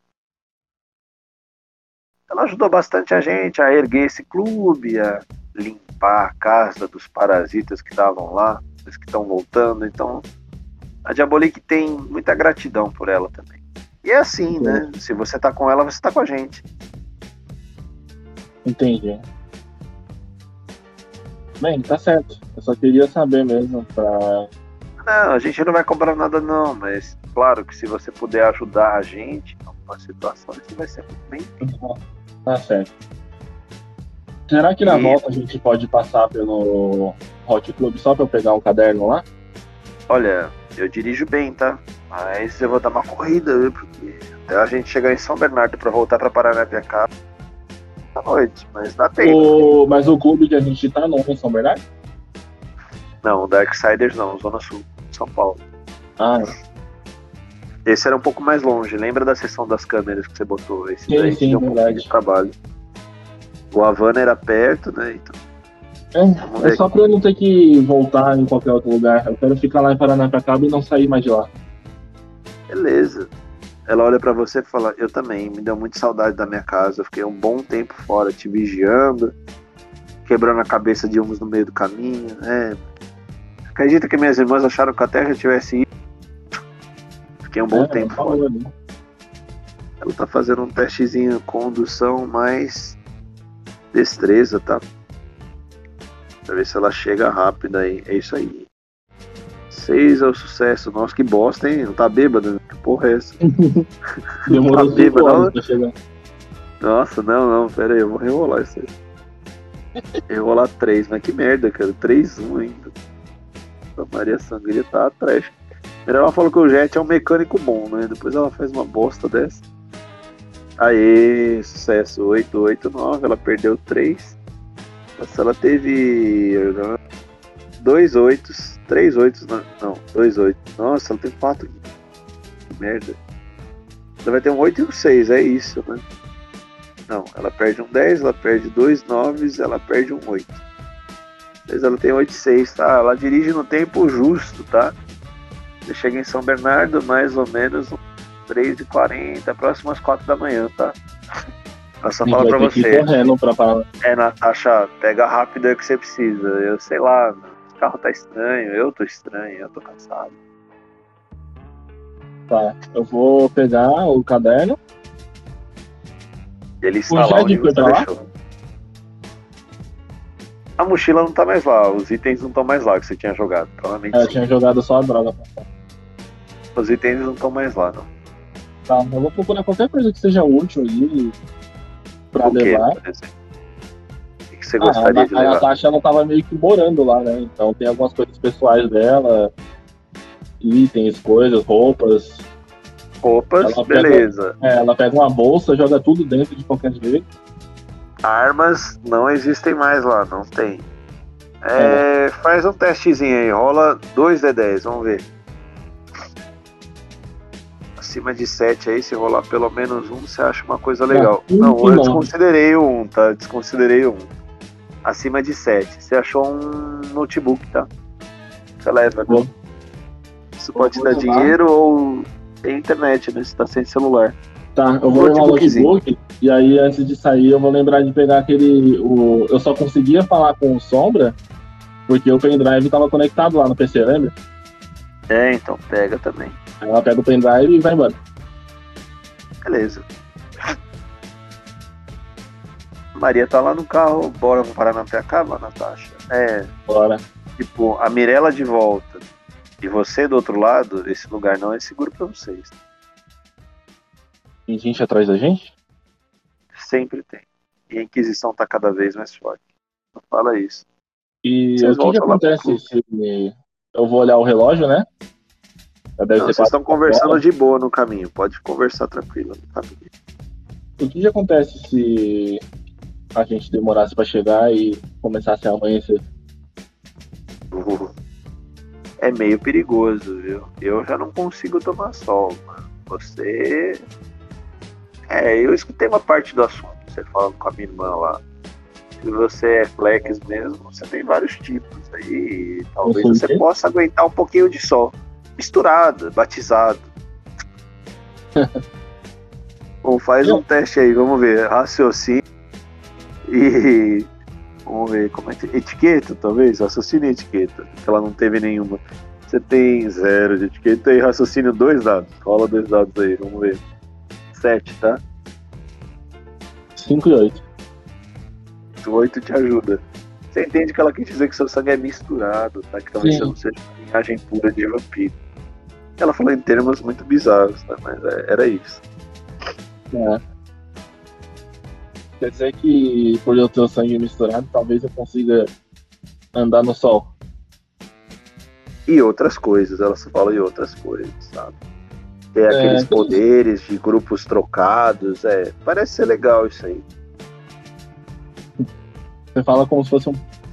Ela ajudou bastante a gente a erguer esse clube, a limpar a casa dos parasitas que estavam lá, os que estão voltando. Então, a Diabolik tem muita gratidão por ela também. E é assim, né? Se você tá com ela, você tá com a gente. Entendi. Bem, tá certo. Eu só queria saber mesmo pra... Não, a gente não vai cobrar nada não, mas claro que se você puder ajudar a gente em alguma situação, isso vai ser muito bem. Tá certo. Será que na volta a gente pode passar pelo Hot Club só pra eu pegar um caderno lá? Olha, eu dirijo bem, tá? Mas eu vou dar uma corrida, viu? Porque até a gente chegar em São Bernardo pra voltar pra Paranapiacaba à noite, mas dá tempo. Mas o clube que a gente tá não é em São Bernardo? Não, Darksiders não, Zona Sul, São Paulo. Ah, Esse era um pouco mais longe, lembra da seção das câmeras que você botou? Esse sim, daí sim, deu um pouquinho de trabalho. O Havana era perto, né? Então, é só pra eu não ter que voltar em qualquer outro lugar. Eu quero ficar lá em Paranapiacaba e não sair mais de lá. beleza. Ela olha pra você e fala, eu também, me deu muita saudade da minha casa, eu fiquei um bom tempo fora te vigiando, quebrando a cabeça de uns no meio do caminho. Acredita que minhas irmãs acharam que a Terra tivesse ido? Fiquei um bom tempo fora. Ela tá fazendo um testezinho condução mais destreza, tá? Pra ver se ela chega rápido aí. É isso aí. 6 é o sucesso. Nossa, que bosta, hein? Não tá bêbado? Que porra é essa? Demorou Tá bêbado, 5 anos pra chegar. Nossa, não, pera aí, eu vou rerolar isso aí. Rerolar 3, mas que merda, cara. 3-1 ainda. A Maria Sangria tá atrás. Primeiro ela falou que o Jet é um mecânico bom, né? Depois ela faz uma bosta dessa. Aê, sucesso. 8-8-9, ela perdeu 3. Nossa, ela teve 2 8s, 3 8s, não, 2 8. Nossa, ela tem 4. Que merda. Ela vai ter um 8 e um 6, é isso, né? Não, ela perde um 10, ela perde 2 9s, ela perde um 8. Mas ela tem 8 e 6, tá? Ela dirige no tempo justo, tá? Você chega em São Bernardo mais ou menos 3h40, próximo às 4 da manhã, tá? Ela só fala pra você. Natasha, pega rápido aí que você precisa. Eu sei lá, o carro tá estranho, eu tô estranho, eu tô cansado. Tá, eu vou pegar o caderno. Ele está lá onde você deixou. A mochila não tá mais lá, os itens não estão mais lá que você tinha jogado. Provavelmente eu tinha jogado só a droga. Os itens não estão mais lá, não. Tá, eu vou procurar qualquer coisa que seja útil aí pra levar. Por exemplo? O que você gostaria de levar? A Natasha, ela tava meio que morando lá, né? Então tem algumas coisas pessoais dela, itens, coisas, roupas. Ela beleza. Ela pega uma bolsa, joga tudo dentro de qualquer jeito. Armas não existem mais lá, não tem. Faz um testezinho aí, rola 2d10, vamos ver. Acima de 7 aí, se rolar pelo menos um, você acha uma coisa legal. Não, eu desconsiderei o 1, tá? Desconsiderei o 1. Acima de 7. Você achou um notebook, tá? Você leva. Bom. Isso pode te dar dinheiro ou tem internet, né? Você tá sem celular. Tá, eu vou levar o notebook e aí antes de sair eu vou lembrar de pegar eu só conseguia falar com o Sombra porque o pendrive tava conectado lá no PC, lembra? Então pega também. Aí ela pega o pendrive e vai embora. Beleza. Maria tá lá no carro, bora, vamos parar na Piacaba, Natasha? Bora. Tipo, a Mirella de volta e você do outro lado, esse lugar não é seguro pra vocês. Tem gente atrás da gente? Sempre tem. E a Inquisição tá cada vez mais forte. Não fala isso. E o que acontece se eu vou olhar o relógio, né? Vocês estão conversando de boa no caminho. Pode conversar tranquilo no caminho. O que acontece se a gente demorasse pra chegar e começasse a amanhecer? É meio perigoso, viu? Eu já não consigo tomar sol, mano. Você... eu escutei uma parte do assunto, você falando com a minha irmã lá. Se você é flex mesmo, você tem vários tipos aí. Talvez você possa aguentar um pouquinho de sol. Misturado, batizado. Bom, faz um teste aí, vamos ver. Raciocínio e... Vamos ver como é que... Etiqueta, talvez? Raciocínio e etiqueta. Porque ela não teve nenhuma. Você tem 0 de etiqueta e raciocínio 2 dados. Rola 2 dados aí, vamos ver. 7, tá? 5 e 8. 8 te ajuda. Você entende que ela quis dizer que seu sangue é misturado, tá? Que talvez você não seja uma linhagem pura de vampiro. Ela falou em termos muito bizarros, tá? Mas era isso. Quer dizer que por eu ter o sangue misturado, talvez eu consiga andar no sol. E outras coisas, ela só fala de outras coisas, sabe? Tem aqueles poderes de grupos trocados, parece ser legal isso aí. Você fala como se fosse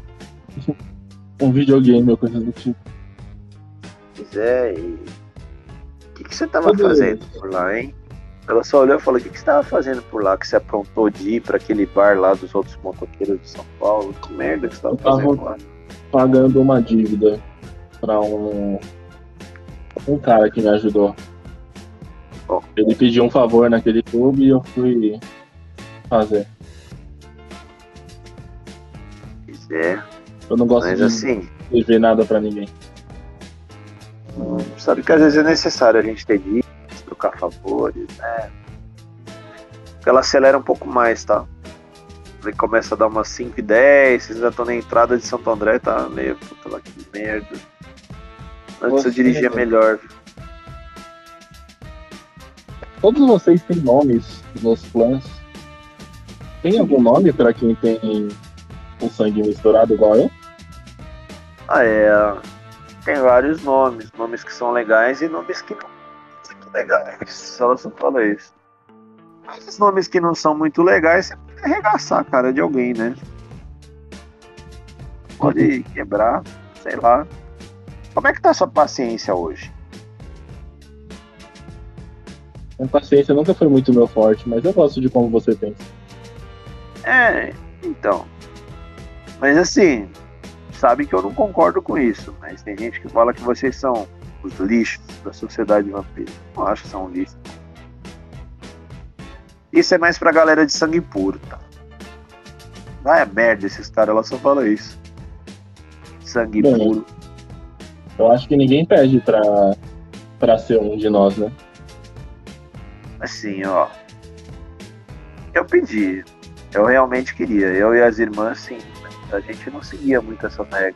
um videogame ou coisa do tipo. Pois e... O que você tava fazendo por lá, hein? Ela só olhou e falou, o que você tava fazendo por lá? Que você aprontou de ir pra aquele bar lá dos outros motoqueiros de São Paulo? Que merda que você tava fazendo lá? Pagando uma dívida pra um cara que me ajudou. Bom, ele pediu um favor naquele clube e eu fui fazer. Eu não gosto de dever nada pra ninguém. Sabe que às vezes é necessário a gente ter dívidas, trocar favores, né? Porque ela acelera um pouco mais, tá? Ele começa a dar umas 5 e 10, vocês já estão na entrada de Santo André, tá meio, puta lá, que merda. Antes eu dirigia melhor. Todos vocês têm nomes nos planos. Tem algum nome pra quem tem o sangue misturado igual eu? Tem vários nomes que são legais e nomes que não são legais. Ela só fala isso. Mas os nomes que não são muito legais, você pode arregaçar a cara de alguém, né? Pode quebrar, sei lá. Como é que tá a sua paciência hoje? A paciência nunca foi muito meu forte, mas eu gosto de como você pensa. Então. Mas assim, sabe que eu não concordo com isso, mas tem gente que fala que vocês são os lixos da sociedade vampira. Eu não acho que são um lixo. Isso é mais pra galera de sangue puro, tá? Vai a merda esses caras, ela só fala isso. Sangue puro. Eu acho que ninguém pede pra ser um de nós, né? Assim, ó. Eu pedi. Eu realmente queria. Eu e as irmãs, sim. A gente não seguia muito essa regra.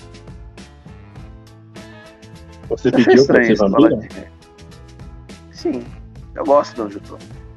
Você pediu pra ser vampira? Sim. Eu gosto de onde eu tô.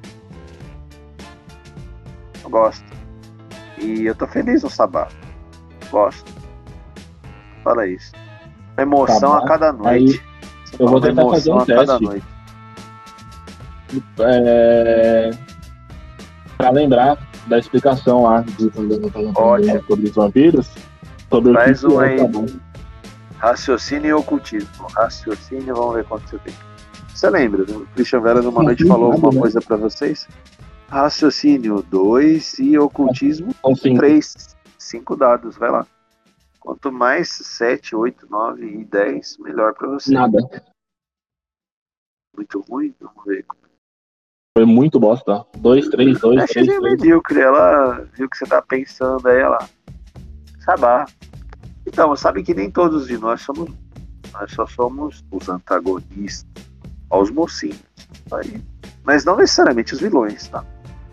Eu gosto. E eu tô feliz no Sabá. Gosto. Fala isso. Emoção Sabá, a cada noite. Eu vou tentar fazer um teste. Pra lembrar dar explicação lá de quando eu tava Ótimo. aprendendo sobre os vampiros. Sobre Faz o que um é, aí. tá bom. Raciocínio e ocultismo. Raciocínio, vamos ver quanto você tem. Você lembra? O Christian Vela numa noite falou alguma coisa pra vocês? Raciocínio 2 e ocultismo São 5. 3. 5 dados, vai lá. Quanto mais 7, 8, 9 e 10, melhor pra você. Nada. Muito ruim? Vamos ver. Foi muito bosta. 2, 3, 2, Achei 3, meio 3. medíocre. Ela viu o que você tá pensando aí, ela. Sabá. Então, sabe que nem todos de nós somos. Nós só somos os antagonistas. Aos mocinhos. Aí. Mas não necessariamente os vilões, tá?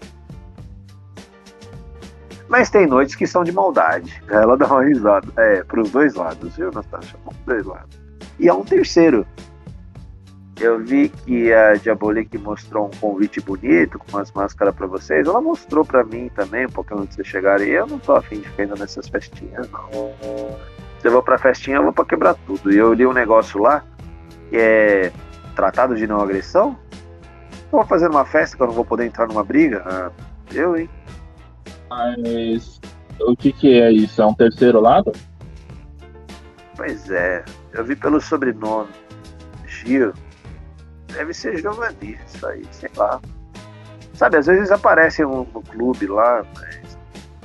Mas tem noites que são de maldade. Ela dá uma risada. Pros dois lados, viu, Natasha? Pros dois lados. E há um terceiro. Eu vi que a Diabolik mostrou um convite bonito, com umas máscaras pra vocês. Ela mostrou pra mim também, um pouquinho antes de vocês chegarem. Eu não tô afim de ficar indo nessas festinhas, não. Se eu vou pra festinha, eu vou pra quebrar tudo. E eu li um negócio lá, que é tratado de não agressão. Eu vou fazer uma festa que eu não vou poder entrar numa briga? Hein? Mas o que é isso? É um terceiro lado? Pois é, eu vi pelo sobrenome. Gil. Deve ser Giovanni, isso aí, sei lá. Sabe, às vezes aparecem no clube lá, mas...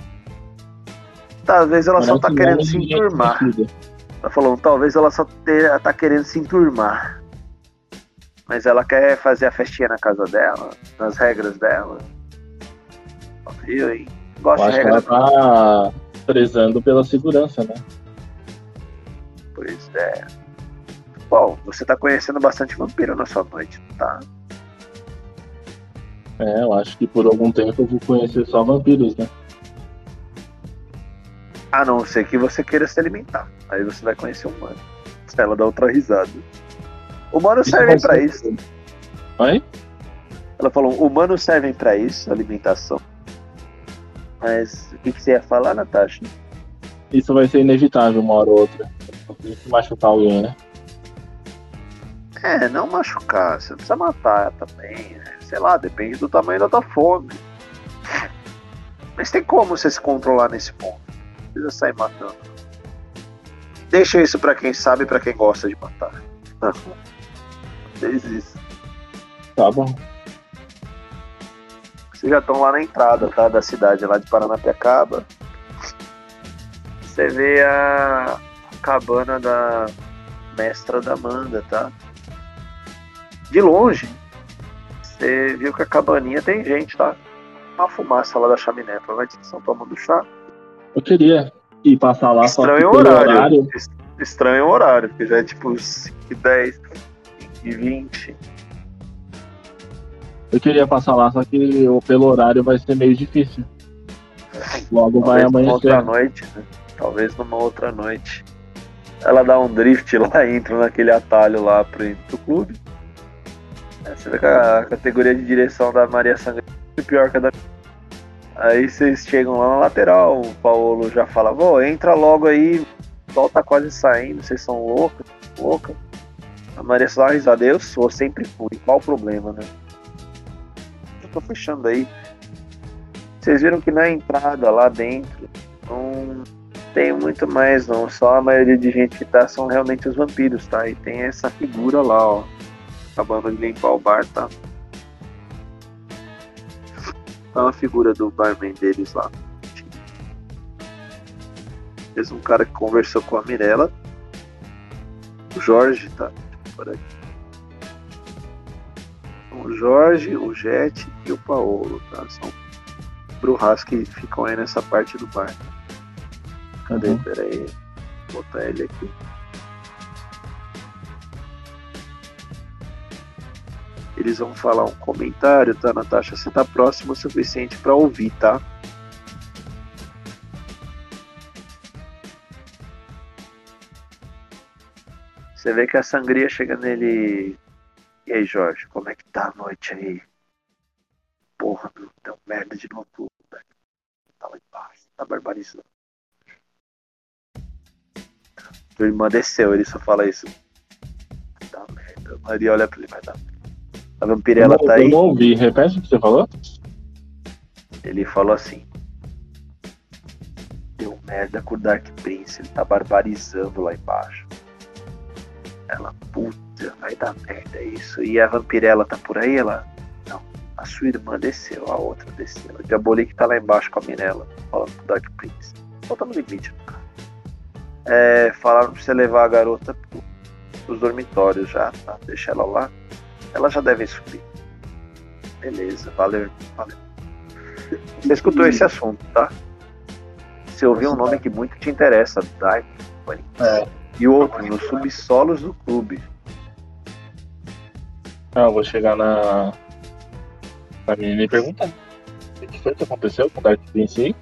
Talvez ela só tá querendo se enturmar. Tá falando, talvez ela só tá querendo se enturmar. Mas ela quer fazer a festinha na casa dela, nas regras dela. Eu, hein? Gosto de regras. Ela tá prezando pela segurança, né? Pois é. Bom, você tá conhecendo bastante vampiro na sua noite, tá? Eu acho que por algum tempo eu vou conhecer só vampiros, né? A não ser que você queira se alimentar. Aí você vai conhecer o humano. Ela dá outra risada. Humanos servem pra isso. Oi? Ela falou, humanos servem pra isso, alimentação. Mas o que você ia falar, Natasha? Isso vai ser inevitável uma hora ou outra. Tem que machucar alguém, né? Não machucar, você não precisa matar também, né? Sei lá, depende do tamanho da tua fome. Mas tem como você se controlar nesse ponto. Não precisa sair matando. Deixa isso pra quem sabe e pra quem gosta de matar. Fez isso. Tá bom. Vocês já estão lá na entrada, tá? Da cidade lá de Paranapiacaba. Você vê a cabana da mestra da Amanda, tá? De longe, você viu que a cabaninha tem gente, tá? Uma fumaça lá da chaminé. Provavelmente vocês estão tomando chá. Eu queria ir passar lá Estranho só que horário. Estranho o horário, porque já é tipo 5h10, 5h20. Eu queria passar lá, só que pelo horário vai ser meio difícil. Logo vai amanhecer. Outra noite, né? Talvez numa outra noite. Ela dá um drift lá e entra naquele atalho lá pro clube. Você vê que a categoria de direção da Maria Sangue é pior que a da... Aí vocês chegam lá na lateral, o Paulo já fala, entra logo aí, o sol tá quase saindo, vocês são louca. A Maria só dá uma risada, eu sou, sempre fui, qual o problema, né? Eu tô fechando aí. Vocês viram que na entrada lá dentro não tem muito mais não, só a maioria de gente que tá são realmente os vampiros, tá? E tem essa figura lá, ó, acabando de limpar o bar, tá? Tá uma figura do barman deles lá. Fez um cara que conversou com a Mirella. O Jorge, tá? Por aqui. O Jorge, o Jet e o Paolo, tá? São brujás que ficam aí nessa parte do bar. Cadê? Pera aí. Vou botar ele aqui. Eles vão falar um comentário, tá, Natasha? Você tá próximo o suficiente pra ouvir, tá? Você vê que a sangria chega nele. E aí, Jorge, como é que tá a noite aí? Porra, meu, deu merda de novo tudo, velho. Tá lá embaixo, tá barbarizando. Tua irmã desceu, ele só fala isso. Tá merda. A Maria olha pra ele, vai dar merda. A vampirela tá aí? Eu não ouvi, repete o que você falou? Ele falou assim: deu merda com o Dark Prince, ele tá barbarizando lá embaixo. Ela, puta, vai dar merda isso. E a Vampirella tá por aí? Ela, não, a sua irmã desceu, a outra desceu. O Diabolik tá lá embaixo com a Mirella, falando pro Dark Prince. Falta no limite, cara. Falaram pra você levar a garota pros dormitórios já, tá? Deixa ela lá. Ela já deve subir. Beleza, valeu. Você escutou esse assunto, tá? Você ouviu um nome que muito te interessa, Dark Prince. E outro, nos subsolos do clube. Eu vou chegar na menina e perguntar. O que foi que aconteceu com o Dark Prince aí?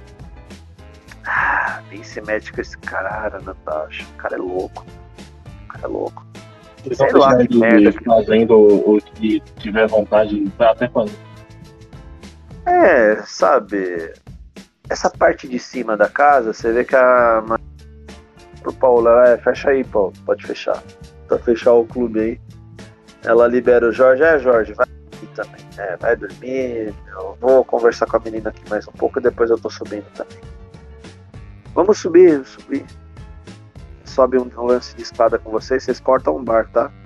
Nem se mete com esse cara, Natasha. O cara é louco. Eles Sei vão lá deixar que merda que... fazendo o que tiver vontade até quando? Sabe, essa parte de cima da casa, você vê que pro Paulo, fecha aí, Paulo, pode fechar. Pra fechar o clube aí. Ela libera o Jorge. Jorge, vai dormir também. Vai dormir. Eu vou conversar com a menina aqui mais um pouco e depois eu tô subindo também. Vamos subir. Sobe um lance de escada com vocês cortam um bar, tá?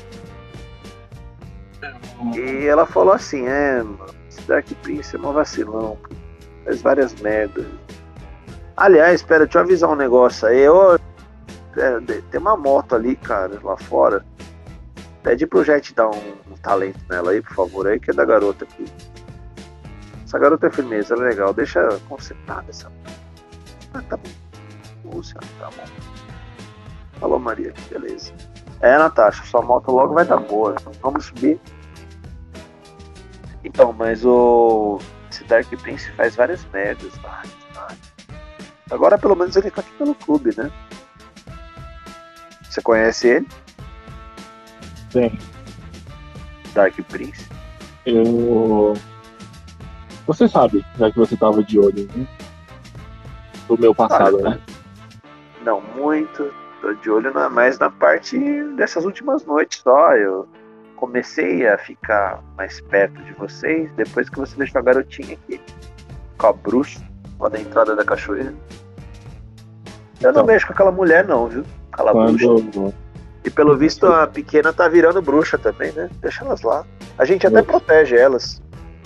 E ela falou assim, esse Dark Prince é um vacilão, faz várias merdas. Aliás, espera, deixa eu avisar um negócio aí. Tem uma moto ali, cara, lá fora. Pede pro Jet dar um talento nela aí, por favor, aí, que é da garota aqui. Essa garota é firmeza, ela é legal. Deixa consertada essa. Tá bom. Lúcia, tá bom. Falou, Maria, beleza. Natasha, sua moto logo vai estar boa. Vamos subir. Então, mas esse Dark Prince faz várias merdas. Agora pelo menos ele tá aqui pelo clube, né? Você conhece ele? Sim. Dark Prince? Você sabe, já que você tava de olho, né? Do meu passado, né? Não muito. Tô de olho mais na parte dessas últimas noites só. Eu comecei a ficar mais perto de vocês depois que você deixou a garotinha aqui com a bruxa lá da entrada da cachoeira. Eu não mexo com aquela mulher não, viu? Aquela bruxa. E pelo visto a pequena tá virando bruxa também, né? Deixa elas lá. A gente até protege elas.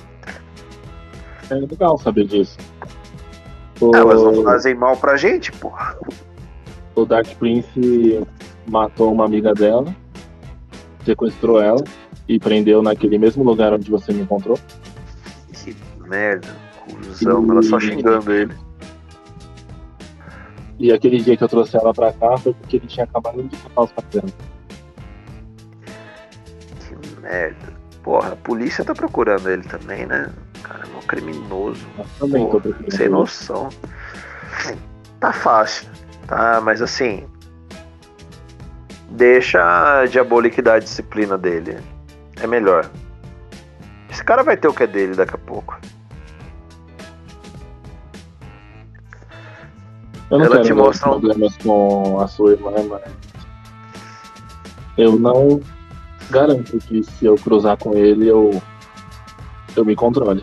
É legal saber disso. Elas não fazem mal pra gente, porra. O Dark Prince matou uma amiga dela, sequestrou ela e prendeu naquele mesmo lugar onde você me encontrou. Que merda, cuzão, ela só xingando ele. E aquele dia que eu trouxe ela pra cá foi porque ele tinha acabado de matar os patrões. Que merda. Porra, a polícia tá procurando ele também, né? Cara, é um criminoso. Eu também tô procurando. Sem noção. Tá fácil, tá? Mas assim, deixa a Diabolik dar a disciplina dele. É melhor. Esse cara vai ter o que é dele daqui a pouco. Eu não Ela quero te mostra problemas com a sua irmã, mas eu não garanto que se eu cruzar com ele, eu me controle.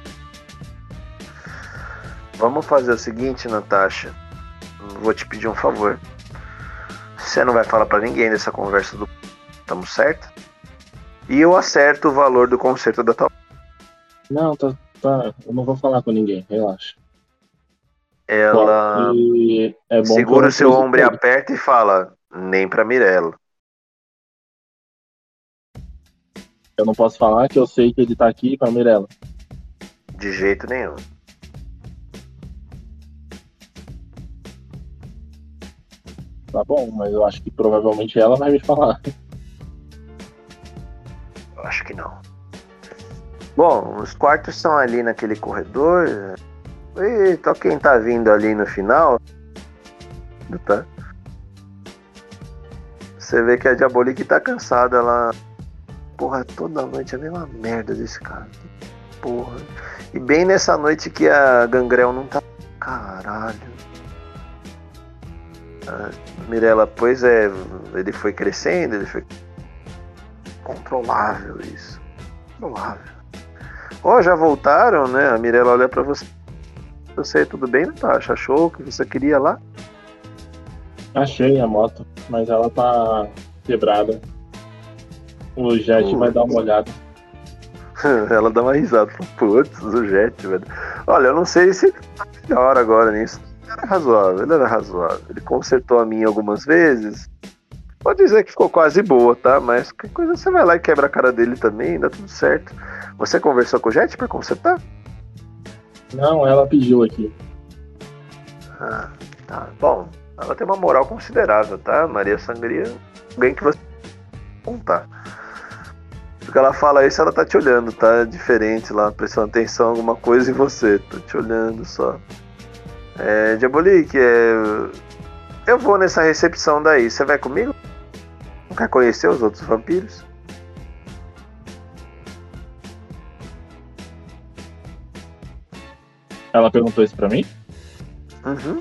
Vamos fazer o seguinte, Natasha. Vou te pedir um favor. Você não vai falar pra ninguém dessa conversa do... Tamo certo? E eu acerto o valor do conserto da tua... Não, tá. Eu não vou falar com ninguém, relaxa. Ela é bom segura o seu ombro e ele. aperta e fala, nem pra Mirella. Eu não posso falar que eu sei que ele tá aqui pra Mirella. De jeito nenhum. Tá bom, mas eu acho que provavelmente ela vai me falar. Eu acho que não. Bom, os quartos são ali naquele corredor. Eita, quem tá vindo ali no final. Tá? Você vê que a Diabolik tá cansada lá. Porra, toda noite é a mesma merda desse cara. Porra. E bem nessa noite que a Gangrel não tá. Caralho. Mirella, pois é, ele foi crescendo, ele foi controlável isso. Controlável. Ó, já voltaram, né? A Mirella olha pra você. Você, tudo bem, Natasha? Achou o que você queria lá? Achei a moto, mas ela tá quebrada. O Jet vai dar uma olhada. Ela dá uma risada. Putz, o Jet, velho. Olha, eu não sei se ele tá melhor agora nisso. Ele era razoável. Ele consertou a minha algumas vezes. Pode dizer que ficou quase boa, tá? Mas que coisa você vai lá e quebra a cara dele também, dá tudo certo. Você conversou com o Jet pra consertar? Não, ela pediu aqui. Ah, tá. Bom, ela tem uma moral considerável, tá? Maria Sangria, alguém que você contar. Porque ela fala isso, ela tá te olhando, tá? Diferente lá, prestando atenção em alguma coisa em você. Tá te olhando só. Diabolik, eu vou nessa recepção daí. Você vai comigo? Não quer conhecer os outros vampiros? Ela perguntou isso pra mim? Uhum.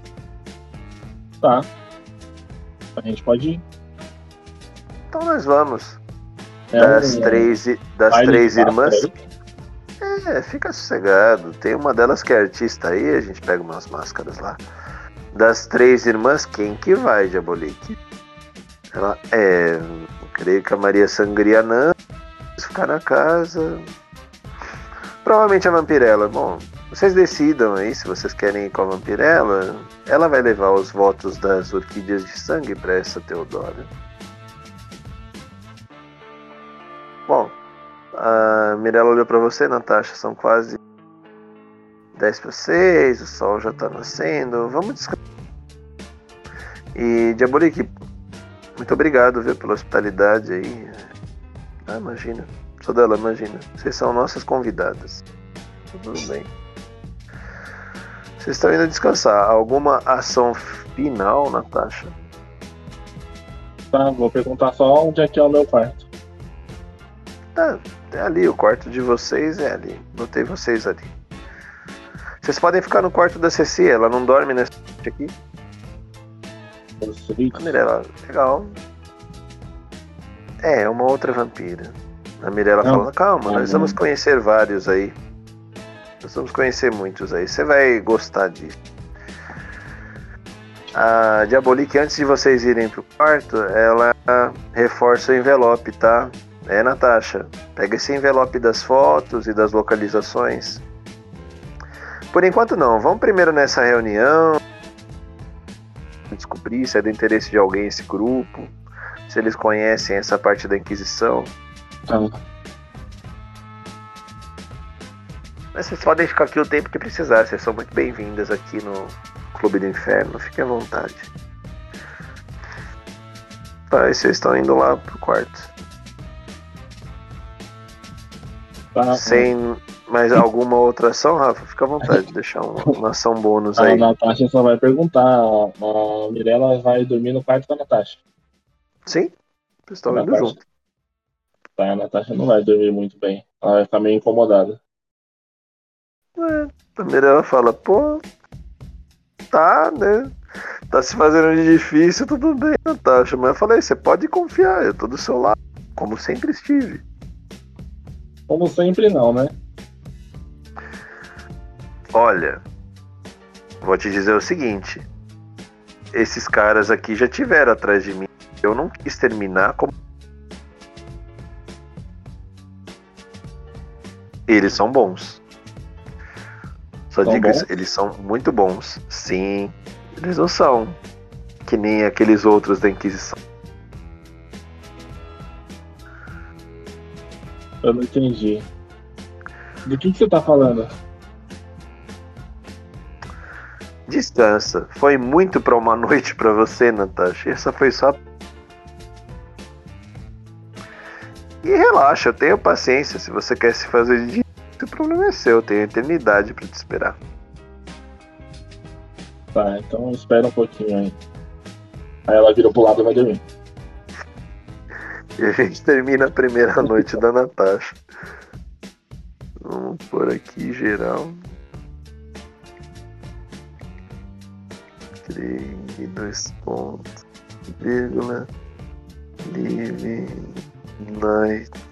Tá. A gente pode ir. Então nós vamos. É Das um baile de três máscara irmãs. aí? Fica sossegado. Tem uma delas que é artista aí, a gente pega umas máscaras lá. Das 3 irmãs, quem que vai, Diabolik? Ela creio que a Maria Sangria não. Ficar na casa. Provavelmente a Vampirella. Bom, vocês decidam aí se vocês querem ir com a Vampirella. Ela vai levar os votos das orquídeas de sangue para essa Teodora. Bom, a Mirella olhou para você, Natasha. São quase 10 para 6, o sol já tá nascendo. Vamos descansar. E Diabolik, muito obrigado, viu, pela hospitalidade aí. Imagina. Sou dela, imagina. Vocês são nossas convidadas. Tudo bem. Vocês estão indo descansar. Alguma ação final, Natasha? Tá, vou perguntar só onde é que é o meu quarto. É ali, o quarto de vocês é ali. Botei vocês ali. Vocês podem ficar no quarto da Ceci, ela não dorme nessa noite aqui. A Mirella, legal. É uma outra vampira. A Mirella fala, calma, nós vamos conhecer vários aí. Nós vamos conhecer muitos aí. Você vai gostar disso. A Diabolik, antes de vocês irem pro quarto, ela reforça o envelope, tá? Natasha, pega esse envelope das fotos e das localizações. Por enquanto não, vamos primeiro nessa reunião, descobrir se é do interesse de alguém esse grupo, se eles conhecem essa parte da Inquisição. Mas vocês podem ficar aqui o tempo que precisar, vocês são muito bem-vindas aqui no Clube do Inferno, fiquem à vontade. Tá, e vocês estão indo lá pro quarto. Sem mais alguma outra ação, Rafa? Fica à vontade, deixar uma ação bônus aí. A Natasha só vai perguntar. A Mirella vai dormir no quarto da Natasha. Sim, vocês estão indo junto. Tá, a Natasha não vai dormir muito bem. Ela vai ficar meio incomodada. Primeiro ela fala, pô, tá, né? Tá se fazendo de difícil, tudo bem, Natasha. Mas eu falei, você pode confiar, eu tô do seu lado, como sempre estive. Como sempre não, né? Olha, vou te dizer o seguinte. Esses caras aqui já tiveram atrás de mim. Eu não quis terminar como... Eles são bons. Só diga isso, eles são muito bons. Sim, eles não são que nem aqueles outros da Inquisição. Eu não entendi. Do que você tá falando? Descansa. Foi muito pra uma noite pra você, Natasha. Essa foi só... E relaxa, eu tenho paciência. Se você quer se fazer de... O problema é seu, eu tenho eternidade pra te esperar. Tá, então espera um pouquinho aí. Aí ela vira pro lado e vai dormir. E a gente termina a primeira noite da Natasha. Vamos por aqui, geral. 3, 2 pontos, vírgula, live, night.